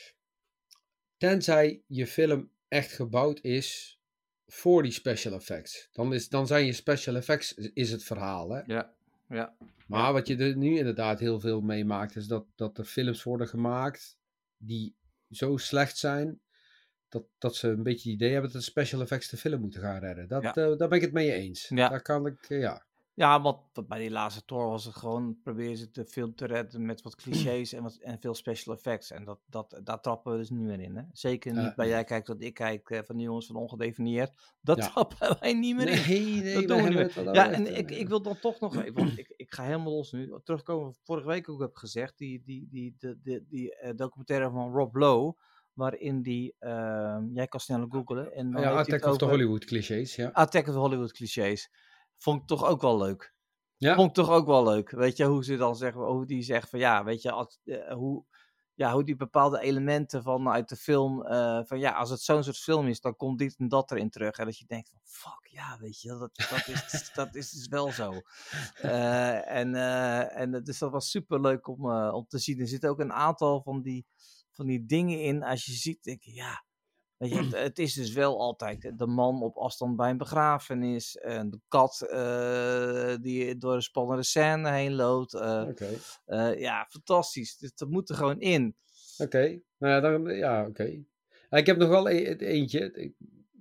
Tenzij je film echt gebouwd is voor die special effects. Dan, is, dan zijn je special effects is het verhaal, hè? Ja, ja. Maar ja. Wat je er nu inderdaad heel veel meemaakt, is dat, dat er films worden gemaakt die zo slecht zijn, dat, dat ze een beetje het idee hebben dat de special effects de film moeten gaan redden. Dat, ja. uh, daar ben ik het mee eens. Ja. Daar kan ik, uh, ja. Ja, want bij die laatste Thor was het gewoon, proberen ze de film te redden met wat clichés en, wat, en veel special effects. En dat, dat, daar trappen we dus niet meer in, hè. Zeker niet uh, bij jij kijkt wat ik kijk, uh, van de jongens van Ongedefinieerd. Dat ja. trappen wij niet meer in. Nee, nee, dat doen we niet meer. Ja, en echt, ik, ik wil dan toch nog even, want ik, ik ga helemaal los nu, terugkomen wat ik vorige week ook heb gezegd, die, die, die, die, die, die uh, documentaire van Rob Lowe, waarin die, uh, jij kan sneller googlen. En dan ja, Attack of over, the Hollywood clichés, ja. Attack of the Hollywood clichés. Vond ik toch ook wel leuk. Ja. Vond ik toch ook wel leuk. Weet je, hoe ze dan zeggen, hoe die zegt van ja, weet je, als, uh, hoe, ja, hoe die bepaalde elementen van uit de film, uh, van ja, als het zo'n soort film is, dan komt dit en dat erin terug. En dat je denkt van fuck, ja, weet je, dat, dat, is, dat is dus wel zo. Uh, en, uh, en dus dat was super leuk om, uh, om te zien. Er zitten ook een aantal van die, van die dingen in, als je ziet, denk je, ja, weet je, het, het is dus wel altijd de man op afstand bij een begrafenis. En de kat uh, die door een spannende scène heen loopt. Uh, okay. uh, ja, fantastisch. Dus dat moet er gewoon in. Oké, okay. nou ja, dan, ja, oké. Okay. Ik heb nog wel e- eentje. Ik,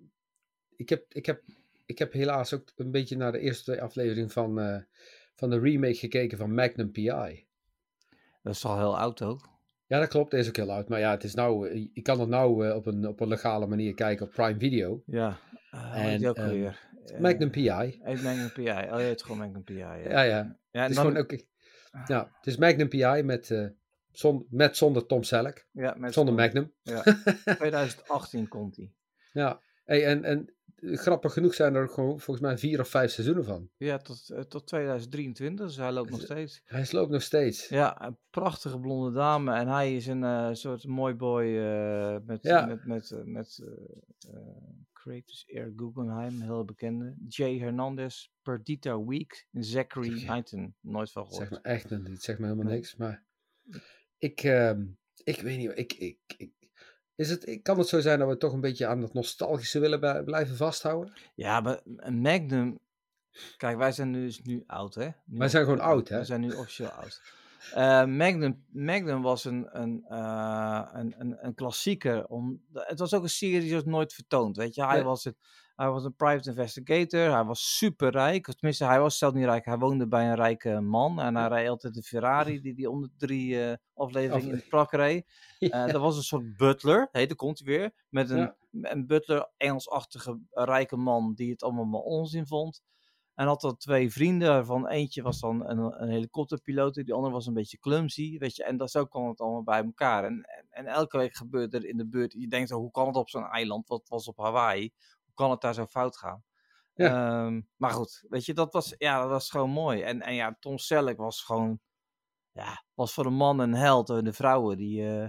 ik, heb, ik, heb, ik heb helaas ook een beetje naar de eerste aflevering van, uh, van de remake gekeken van Magnum P I. Dat is al heel oud ook. Ja, dat klopt. Dat is ook heel oud. Maar ja, het is nou, je kan het nou uh, op, een, op een legale manier kijken op Prime Video. Ja, uh, en ook um, weer. Magnum P I. Heet Magnum P I. Oh, je heet gewoon Magnum P I. Ja, ja. ja. ja het is dan... gewoon ook... Ja, het is Magnum P I met, uh, zon, met zonder Tom Selleck. Ja, met zonder Magnum. Ja. twintig achttien komt hij. Ja, hey, en, en grappig genoeg zijn er gewoon volgens mij vier of vijf seizoenen van. Ja, tot, uh, tot twintig drieëntwintig, dus hij loopt nog steeds. Hij loopt nog steeds. Ja, een prachtige blonde dame en hij is een uh, soort mooi boy uh, met, ja. met, met, uh, met uh, uh, Creators Air Guggenheim, heel bekende. Jay Hernandez, Perdita Week en Zachary Hinton, nooit van gehoord. Zeg me echt niet, zeg me helemaal nee. niks, maar ik, uh, ik weet niet, ik... ik, ik Is het, kan het zo zijn dat we toch een beetje aan het nostalgische willen bij, blijven vasthouden? Ja, maar Magnum... Kijk, wij zijn nu, dus nu oud, hè? Nu wij zijn gewoon oud, hè? We zijn nu officieel oud. Uh, Magnum, Magnum was een, een, uh, een, een, een klassieker. Om, het was ook een serie die was nooit vertoond, weet je. Hij, nee. was, het, hij was een private investigator. Hij was super rijk. Tenminste, hij was zelf niet rijk. Hij woonde bij een rijke man. En hij reed altijd de Ferrari die hij om de drie uh, afleveringen in de prak reed. Ja. Uh, dat was een soort butler. Hey, daar komt hij weer. Met een, ja. een butler, Engelsachtige rijke man die het allemaal maar onzin vond. En had dan twee vrienden, waarvan eentje was dan een, een helikopterpiloot, die andere was een beetje clumsy, weet je. En dat, zo kwam het allemaal bij elkaar. En, en, en elke week gebeurde er in de buurt, je denkt, hoe kan het op zo'n eiland, wat was op Hawaii, hoe kan het daar zo fout gaan? Ja. Um, maar goed, weet je, dat was, ja, dat was gewoon mooi. En, en ja, Tom Selleck was gewoon, ja, was voor de man een held. En de vrouwen, die, uh,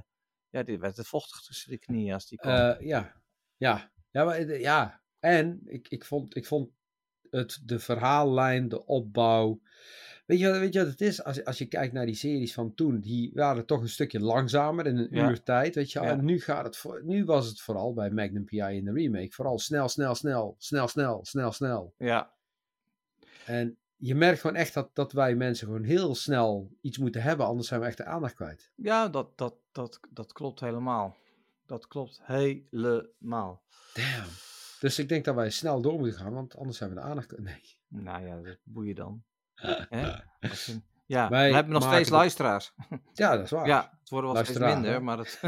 Ja, die werd het vochtig tussen de knieën als die kwam. Uh, ja, ja. Ja, maar, uh, ja. En ik, ik, vond, ik vond het, de verhaallijn, de opbouw. Weet je, weet je wat het is? Als, als je kijkt naar die series van toen, die waren toch een stukje langzamer in een Ja. uur tijd. Weet je, Ja. en nu, gaat het voor, nu was het vooral bij Magnum P I in de remake. Vooral snel, snel, snel, snel, snel, snel, snel. Ja. En je merkt gewoon echt dat, dat wij mensen gewoon heel snel iets moeten hebben, anders zijn we echt de aandacht kwijt. Ja, dat, dat, dat, dat klopt helemaal. Dat klopt helemaal. Damn. Dus ik denk dat wij snel door moeten gaan, want anders zijn we de aandacht kwijt. Nee. Nou ja, dat boeien dan. Hè? Als een, ja, Wij we hebben nog maken steeds de- luisteraars. Ja, dat is waar. Ja, het worden wel steeds Luisteraar, minder, hè? maar dat...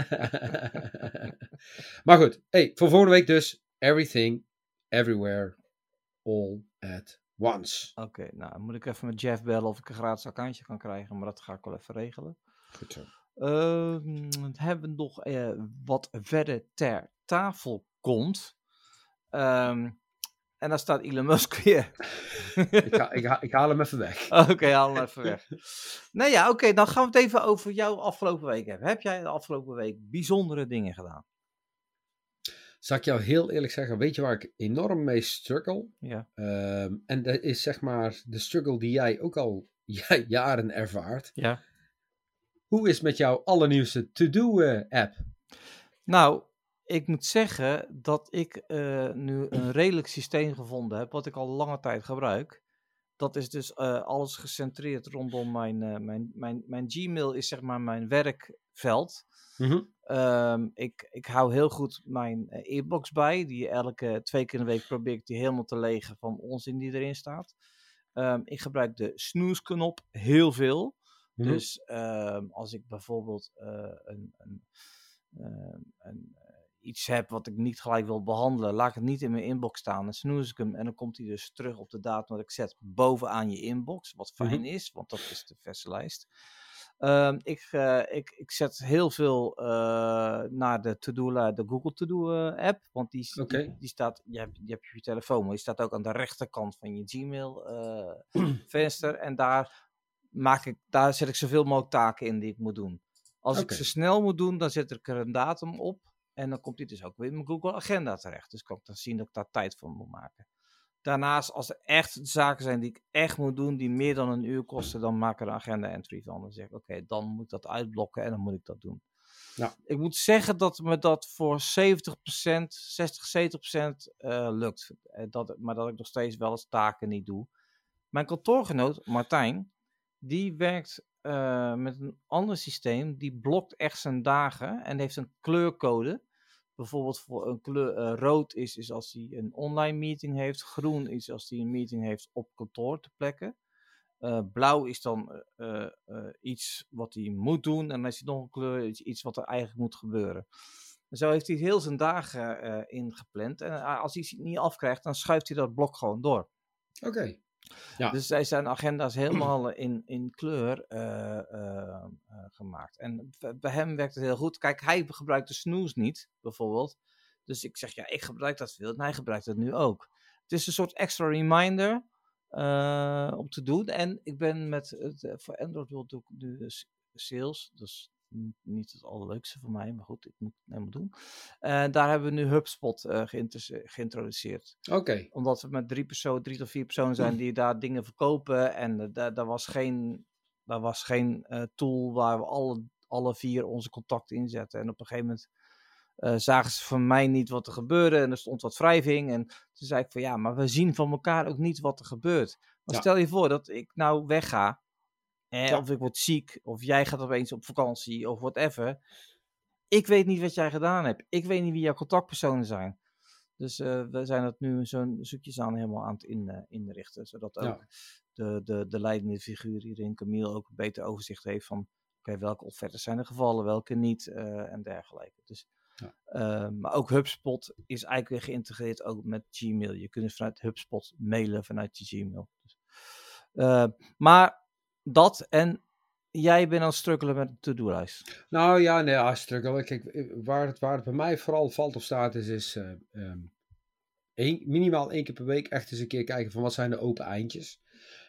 Maar goed, hey, voor volgende week dus Everything, Everywhere, All at Once. Oké, nou dan moet ik even met Jeff bellen of ik een gratis accountje kan krijgen, maar dat ga ik wel even regelen. Goed zo. Ehm, dan hebben we nog eh, wat verder ter tafel komt. Ehm, en daar staat Elon Musk weer. ik, ga, ik, ha- ik haal hem even weg. Oké, okay, haal hem even weg. Nou ja, oké, okay, dan gaan we het even over jouw afgelopen week hebben. Heb jij de afgelopen week bijzondere dingen gedaan? Zal ik jou heel eerlijk zeggen, weet je waar ik enorm mee struggle? Ja. Um, en dat is zeg maar de struggle die jij ook al j- jaren ervaart. Ja. Hoe is het met jouw allernieuwste To-Do-app? Nou, ik moet zeggen dat ik uh, nu een redelijk systeem gevonden heb, wat ik al lange tijd gebruik. Dat is dus uh, alles gecentreerd rondom mijn, uh, mijn, mijn, mijn Gmail is zeg maar mijn werkveld. Mm-hmm. Um, ik, ik hou heel goed mijn uh, inbox bij. Die elke twee keer in de week probeer ik die helemaal te legen van onzin die erin staat. Um, ik gebruik de snooze-knop heel veel. Mm-hmm. Dus um, als ik bijvoorbeeld uh, een, een, uh, een, uh, iets heb wat ik niet gelijk wil behandelen, laat ik het niet in mijn inbox staan. Dan snoeze ik hem en dan komt hij dus terug op de datum dat ik zet bovenaan je inbox. Wat fijn mm-hmm. is, want dat is de verse lijst. Um, ik, uh, ik, ik zet heel veel uh, naar de, to-do, de Google To-Do uh, app, want die, okay. die, die staat, je hebt, die heb je op je telefoon, maar die staat ook aan de rechterkant van je Gmail uh, venster en daar, maak ik, daar zet ik zoveel mogelijk taken in die ik moet doen. Als okay. ik ze snel moet doen, dan zet ik er een datum op en dan komt die dus ook weer in mijn Google Agenda terecht. Dus kan ik dan zien dat ik daar tijd voor moet maken. Daarnaast, als er echt zaken zijn die ik echt moet doen, die meer dan een uur kosten, dan maak ik er een agenda-entry van. Dan zeg ik, oké, okay, dan moet ik dat uitblokken en dan moet ik dat doen. Ja. Ik moet zeggen dat me dat voor zeventig procent, zestig, zeventig procent uh, lukt. Dat, maar dat ik nog steeds wel eens taken niet doe. Mijn kantoorgenoot, Martijn, die werkt uh, met een ander systeem. Die blokt echt zijn dagen en heeft een kleurcode. Bijvoorbeeld voor een kleur, uh, rood is, is als hij een online meeting heeft. Groen is als hij een meeting heeft op kantoor te plekken. Uh, blauw is dan uh, uh, iets wat hij moet doen. En dan is hij nog een kleur, iets, iets wat er eigenlijk moet gebeuren. En zo heeft hij heel zijn dagen uh, ingepland. En uh, als hij het niet afkrijgt, dan schuift hij dat blok gewoon door. Oké. Okay. Ja. Dus zij zijn agenda's helemaal in, in kleur uh, uh, uh, gemaakt. En bij hem werkt het heel goed. Kijk, hij gebruikt de snooze niet, bijvoorbeeld. Dus ik zeg, ja, ik gebruik dat veel. En hij gebruikt het nu ook. Het is een soort extra reminder uh, om te doen. En ik ben met, het, voor Android wil ik nu sales. Dus niet het allerleukste voor mij, maar goed, ik moet het helemaal doen. En uh, daar hebben we nu HubSpot uh, geïntroduceerd. Oké. Okay. Omdat we met drie, perso- drie tot vier personen zijn die daar dingen verkopen. En uh, daar, daar was geen, daar was geen uh, tool waar we alle, alle vier onze contacten inzetten. En op een gegeven moment uh, zagen ze van mij niet wat er gebeurde. En er stond wat wrijving. En toen zei ik van ja, maar we zien van elkaar ook niet wat er gebeurt. Maar ja. Stel je voor dat ik nou wegga. Eh, ja. Of ik word ziek, of jij gaat opeens op vakantie, of whatever. Ik weet niet wat jij gedaan hebt. Ik weet niet wie jouw contactpersonen zijn. Dus uh, we zijn dat nu zo'n zoekjes aan helemaal aan het in, uh, inrichten. Zodat ook ja. de, de, de leidende figuur hierin, Camille, ook een beter overzicht heeft van... Oké, okay, welke offertes zijn er gevallen, welke niet uh, en dergelijke. Dus, ja. uh, maar ook HubSpot is eigenlijk weer geïntegreerd ook met Gmail. Je kunt dus vanuit HubSpot mailen vanuit je Gmail. Dus, uh, maar... Dat en jij bent aan het struggelen met de to-do-lijst. Nou ja, nee, ja, struggelen. Kijk, waar het, waar het bij mij vooral valt of staat is, is uh, um, één, minimaal één keer per week echt eens een keer kijken van wat zijn de open eindjes.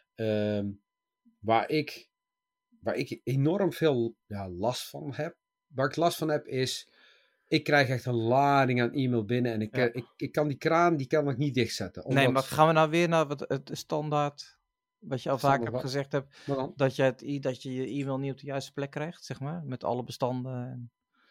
Um, waar, ik, waar ik enorm veel ja, last van heb, waar ik last van heb is, ik krijg echt een lading aan e-mail binnen en ik, Ja. uh, ik, ik kan die kraan, die kan ik niet dichtzetten. Omdat... Nee, maar gaan we nou weer naar wat, het standaard, wat je al vaak hebt wat? gezegd hebt, Wat dan? dat je, het, i- dat je je e-mail niet op de juiste plek krijgt, zeg maar, met alle bestanden. En...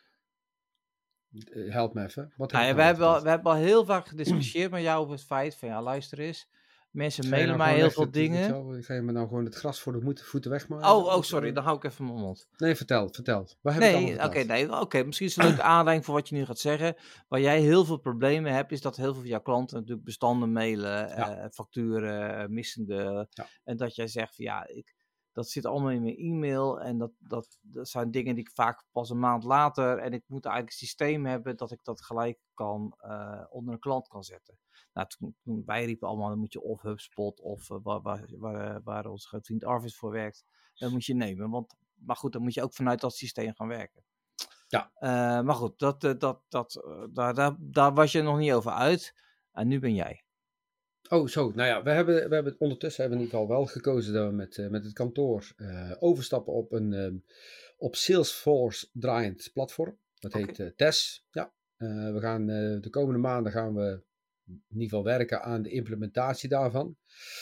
Uh, help me even. Wat Nou, heb ja, ik we, nou hebben al, verteld? we hebben al heel vaak gediscussieerd met jou over het feit van, ja, luister eens, mensen Ga je mailen nou mij gewoon heel echt veel het- weet je dingen. wel, Ga je me nou gewoon het gras voor de moed- voeten wegmaaien? Oh, oh, sorry, dan hou ik even mijn mond. Nee, vertel, vertel. Waar heb ik allemaal Nee, oké, verteld? nee, oké, misschien is het een leuke aanleiding voor wat je nu gaat zeggen. Waar jij heel veel problemen hebt, is dat heel veel van jouw klanten natuurlijk bestanden mailen, Ja. eh, facturen, eh, missende. Ja. En dat jij zegt van ja, ik, dat zit allemaal in mijn e-mail. En dat, dat, dat zijn dingen die ik vaak pas een maand later. En ik moet eigenlijk een systeem hebben dat ik dat gelijk kan uh, onder een klant kan zetten. Nou, toen, toen wij riepen allemaal, dan moet je of HubSpot of uh, waar, waar, waar, waar onze grote vriend Arvid voor werkt. Dat moet je nemen, want maar goed, dan moet je ook vanuit dat systeem gaan werken. Ja. Uh, maar goed, dat, dat, dat, uh, daar, daar, daar was je nog niet over uit. En nu ben jij. Oh, zo. Nou ja, we hebben, we hebben ondertussen hebben we in ieder geval wel gekozen dat we met, uh, met het kantoor uh, overstappen op een um, op Salesforce draaiend platform. Dat heet okay. uh, T E S. Ja. Uh, we gaan uh, de komende maanden gaan we in ieder geval werken aan de implementatie daarvan.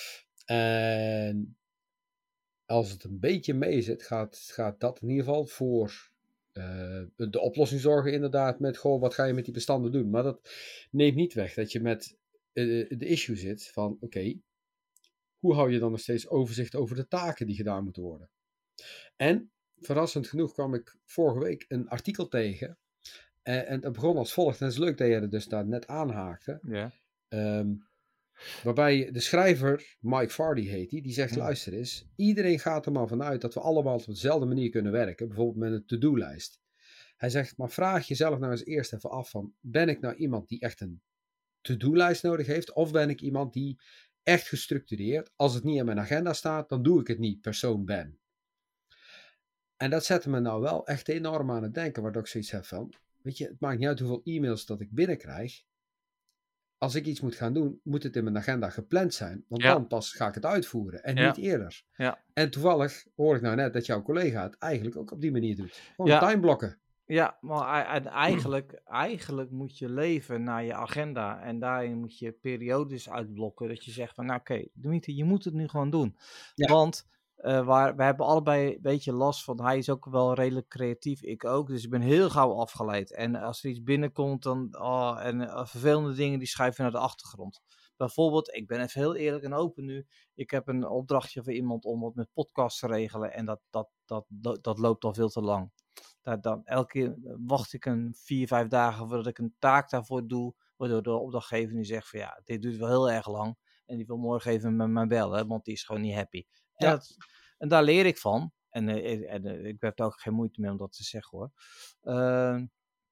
En als het een beetje mee zit, gaat, gaat dat in ieder geval voor uh, de oplossing zorgen inderdaad met, goh, wat ga je met die bestanden doen? Maar dat neemt niet weg dat je met uh, de issue zit van, oké, okay, hoe hou je dan nog steeds overzicht over de taken die gedaan moeten worden? En verrassend genoeg kwam ik vorige week een artikel tegen uh, en het begon als volgt, en het is leuk dat je er dus daar net aanhaakte. Ja. Um, Waarbij de schrijver, Mike Vardy heet die, die zegt, luister eens, iedereen gaat er maar vanuit dat we allemaal op dezelfde manier kunnen werken, bijvoorbeeld met een to-do-lijst. Hij zegt, maar vraag jezelf nou eens eerst even af van, ben ik nou iemand die echt een to-do-lijst nodig heeft, of ben ik iemand die echt gestructureerd, als het niet in mijn agenda staat, dan doe ik het niet, persoon ben. En dat zette me nou wel echt enorm aan het denken, waardoor ik zoiets heb van, weet je, het maakt niet uit hoeveel e-mails dat ik binnenkrijg. Als ik iets moet gaan doen, moet het in mijn agenda gepland zijn. Want ja. dan pas ga ik het uitvoeren. En ja. niet eerder. Ja. En toevallig hoor ik nou net dat jouw collega het eigenlijk ook op die manier doet. Gewoon ja. timeblokken. Ja, maar eigenlijk, eigenlijk moet je leven naar je agenda. En daarin moet je periodes uitblokken. Dat je zegt van, nou oké, okay, Dimitri, je moet het nu gewoon doen. Ja. Want uh, waar, we hebben allebei een beetje last van. Hij is ook wel redelijk creatief, ik ook. Dus ik ben heel gauw afgeleid. En als er iets binnenkomt, dan oh, en uh, vervelende dingen, die schuiven naar de achtergrond. Bijvoorbeeld, ik ben even heel eerlijk en open nu. Ik heb een opdrachtje voor iemand om wat met podcasts te regelen. En dat, dat, dat, dat, dat loopt al veel te lang. Daar, dan, elke keer wacht ik een vier, vijf dagen voordat ik een taak daarvoor doe. Waardoor de opdrachtgever nu zegt van ja, dit duurt wel heel erg lang. En die wil morgen even met mij bellen, want die is gewoon niet happy. En, ja. dat, en daar leer ik van. En, en, en, en ik heb er ook geen moeite mee om dat te zeggen hoor. Uh,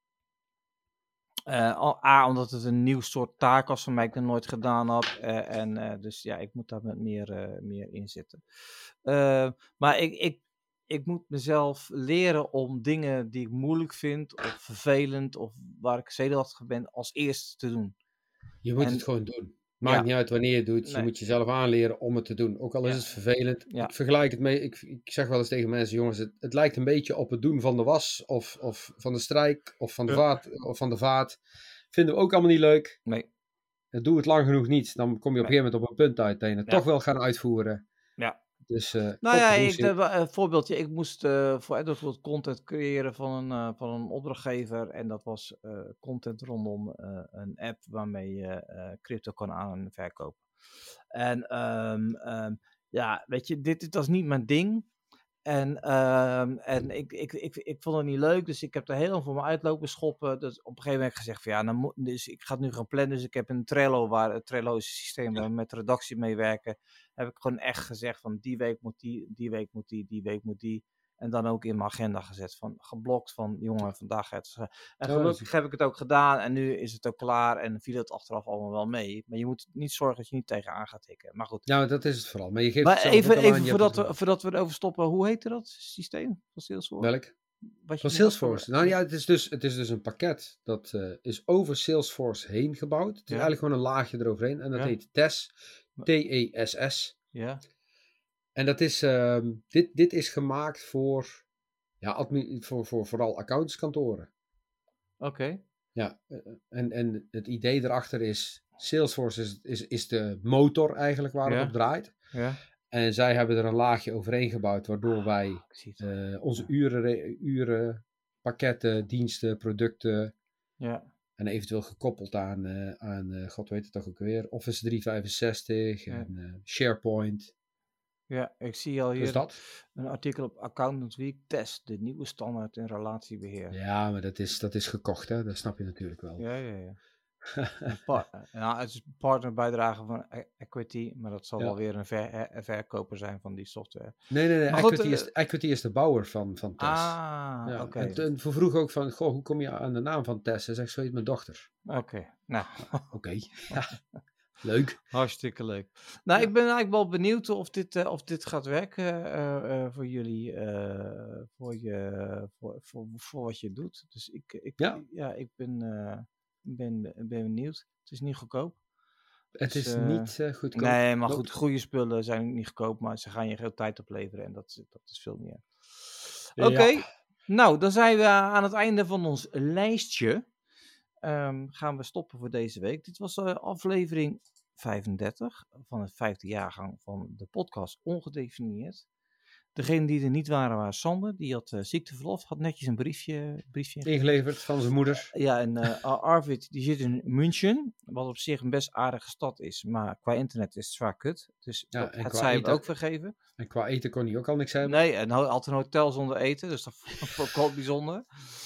Uh, A, omdat het een nieuw soort taak was van mij, ik nog nooit gedaan heb. Uh, en uh, dus ja, ik moet daar met meer, uh, meer in zitten. Uh, maar ik, ik, ik moet mezelf leren om dingen die ik moeilijk vind, of vervelend, of waar ik zenuwachtig ben, als eerste te doen. Je moet en, het gewoon doen. Maakt ja. niet uit wanneer je het doet. Nee. Je moet jezelf aanleren om het te doen. Ook al is ja. het vervelend. Ja. Ik vergelijk het mee. Ik, ik zeg wel eens tegen mensen, jongens, het, het lijkt een beetje op het doen van de was. Of, of van de strijk. Of van de, ja. vaat, of van de vaat. Vinden we ook allemaal niet leuk. Nee. Doe het lang genoeg niet. Dan kom je op een gegeven moment op een punt uit dat je het ja. toch wel gaan uitvoeren. Ja. Dus, uh, nou ja, ik, een uh, voorbeeldje. Ik moest uh, voor Edward content creëren van een, uh, van een opdrachtgever. En dat was uh, content rondom uh, een app waarmee je uh, crypto kan aan- en verkopen. En um, um, ja, weet je, dit, dit is niet mijn ding. En, um, en ik, ik, ik, ik vond het niet leuk, dus ik heb er heel lang voor me uitlopen schoppen. Dus op een gegeven moment gezegd van ja, dan moet, dus ik ga het nu gaan plannen. Dus ik heb een Trello, waar het Trello is een systeem waar we met redactie mee werken. Heb ik gewoon echt gezegd van die week moet die, die week moet die, die week moet die. En dan ook in mijn agenda gezet, van geblokt van jongen, vandaag gaat het. En gelukkig heb ik het ook gedaan en nu is het ook klaar en viel het achteraf allemaal wel mee. Maar je moet niet zorgen dat je niet tegenaan gaat tikken. Maar goed. Nou, dat is het vooral. Maar, je geeft maar het even, even aan, voordat, we, voordat we erover stoppen, hoe heette dat systeem van Salesforce? Welk? Van Salesforce? Nou ja, het is dus, het is dus een pakket dat uh, is over Salesforce heen gebouwd. Het is ja. eigenlijk gewoon een laagje eroverheen en dat ja. heet T E S. T E S S. Ja. En dat is, uh, dit, dit is gemaakt voor Ja, admi- voor, voor vooral accountantskantoren. Oké. Ja, eh, en, en het idee erachter is, Salesforce is, is, is de motor eigenlijk waar Ja. het op draait. Ja. En zij hebben er een laagje overheen gebouwd, waardoor wij Ik zie het. eh, onze uren, re- uren, pakketten, diensten, producten Ja. en eventueel gekoppeld aan, eh, aan eh, god weet het toch ook weer, Office driehonderdvijfenzestig Ja. en eh, SharePoint. Ja, ik zie al Dus hier dat. een artikel op Accountants Week. Test de nieuwe standaard in relatiebeheer. Ja, maar dat is, dat is gekocht, hè? Dat snap je natuurlijk wel. Ja, ja, ja. Een pa- nou, het is een partnerbijdrage van E- Equity, maar dat zal Ja. wel weer een, ver- een verkoper zijn van die software. Nee, nee, nee. Maar goed, Equity, eh, is, Equity is de bouwer van, van Tess. Ah, ja. oké. En toen vroeg ook van, goh, hoe kom je aan de naam van Tess? Hij zegt, zo heet mijn dochter. Oké, nou, Oké, ja. Leuk. hartstikke leuk. Nou, Ja. ik ben eigenlijk wel benieuwd of dit, eh, of dit gaat werken eh, eh, voor jullie, eh, voor, je, voor, voor, voor wat je doet. Dus ik, ik, Ja. ja. ik ben, eh, ben, ben benieuwd. Het is niet goedkoop. Het Dus, is eh, niet uh, goedkoop. Nee, maar Nope. goed, goede spullen zijn niet goedkoop, maar ze gaan je veel tijd opleveren en dat, is- dat is veel meer. Oké, Ja. nou, dan zijn we aan het einde van ons lijstje. Ehm, gaan we stoppen voor deze week. Dit was uh, aflevering vijfendertig van het vijfde jaargang van de podcast Ongedefinieerd. Degene die er niet waren, was Sander. Die had uh, ziekteverlof, had netjes een briefje, briefje Ingeleverd van zijn moeder. Ja, en uh, Arvid die zit in München, wat op zich een best aardige stad is, maar qua internet is het zwaar kut. Dus Ja, dat en gaat qua zij hem eten- ook vergeven. En qua eten kon hij ook al niks hebben. Nee, en ho- had een hotel zonder eten, dus dat vond ik wel bijzonder.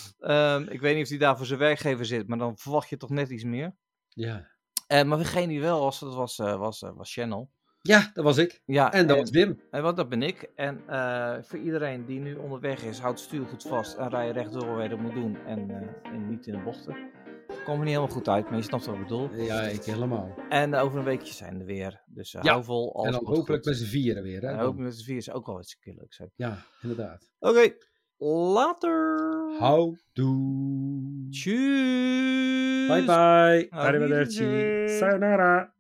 Um, ik weet niet of hij daar voor zijn werkgever zit, maar dan verwacht je toch net iets meer. Ja. Uh, maar degene die wel was, dat was, uh, was, uh, was Channel. Ja, dat was ik. Ja, En dat en, was Wim. En wat, dat ben ik. En uh, voor iedereen die nu onderweg is, houd het stuur goed vast en rij rechtdoor waar je dat moet doen. En, uh, en niet in de bochten. Komt er niet helemaal goed uit, maar je snapt wat ik bedoel. Ja, ik helemaal. En uh, over een weekje zijn we weer. Dus uh, Ja. hou vol. Alles En dan komt hopelijk goed. met z'n vieren weer. Hè, En dan. hopelijk met z'n vier is ook wel iets leuk zijn. Ja, inderdaad. Oké, okay. Later. Houdoe. Tjus. Bye bye. Arrivederci. Sayonara.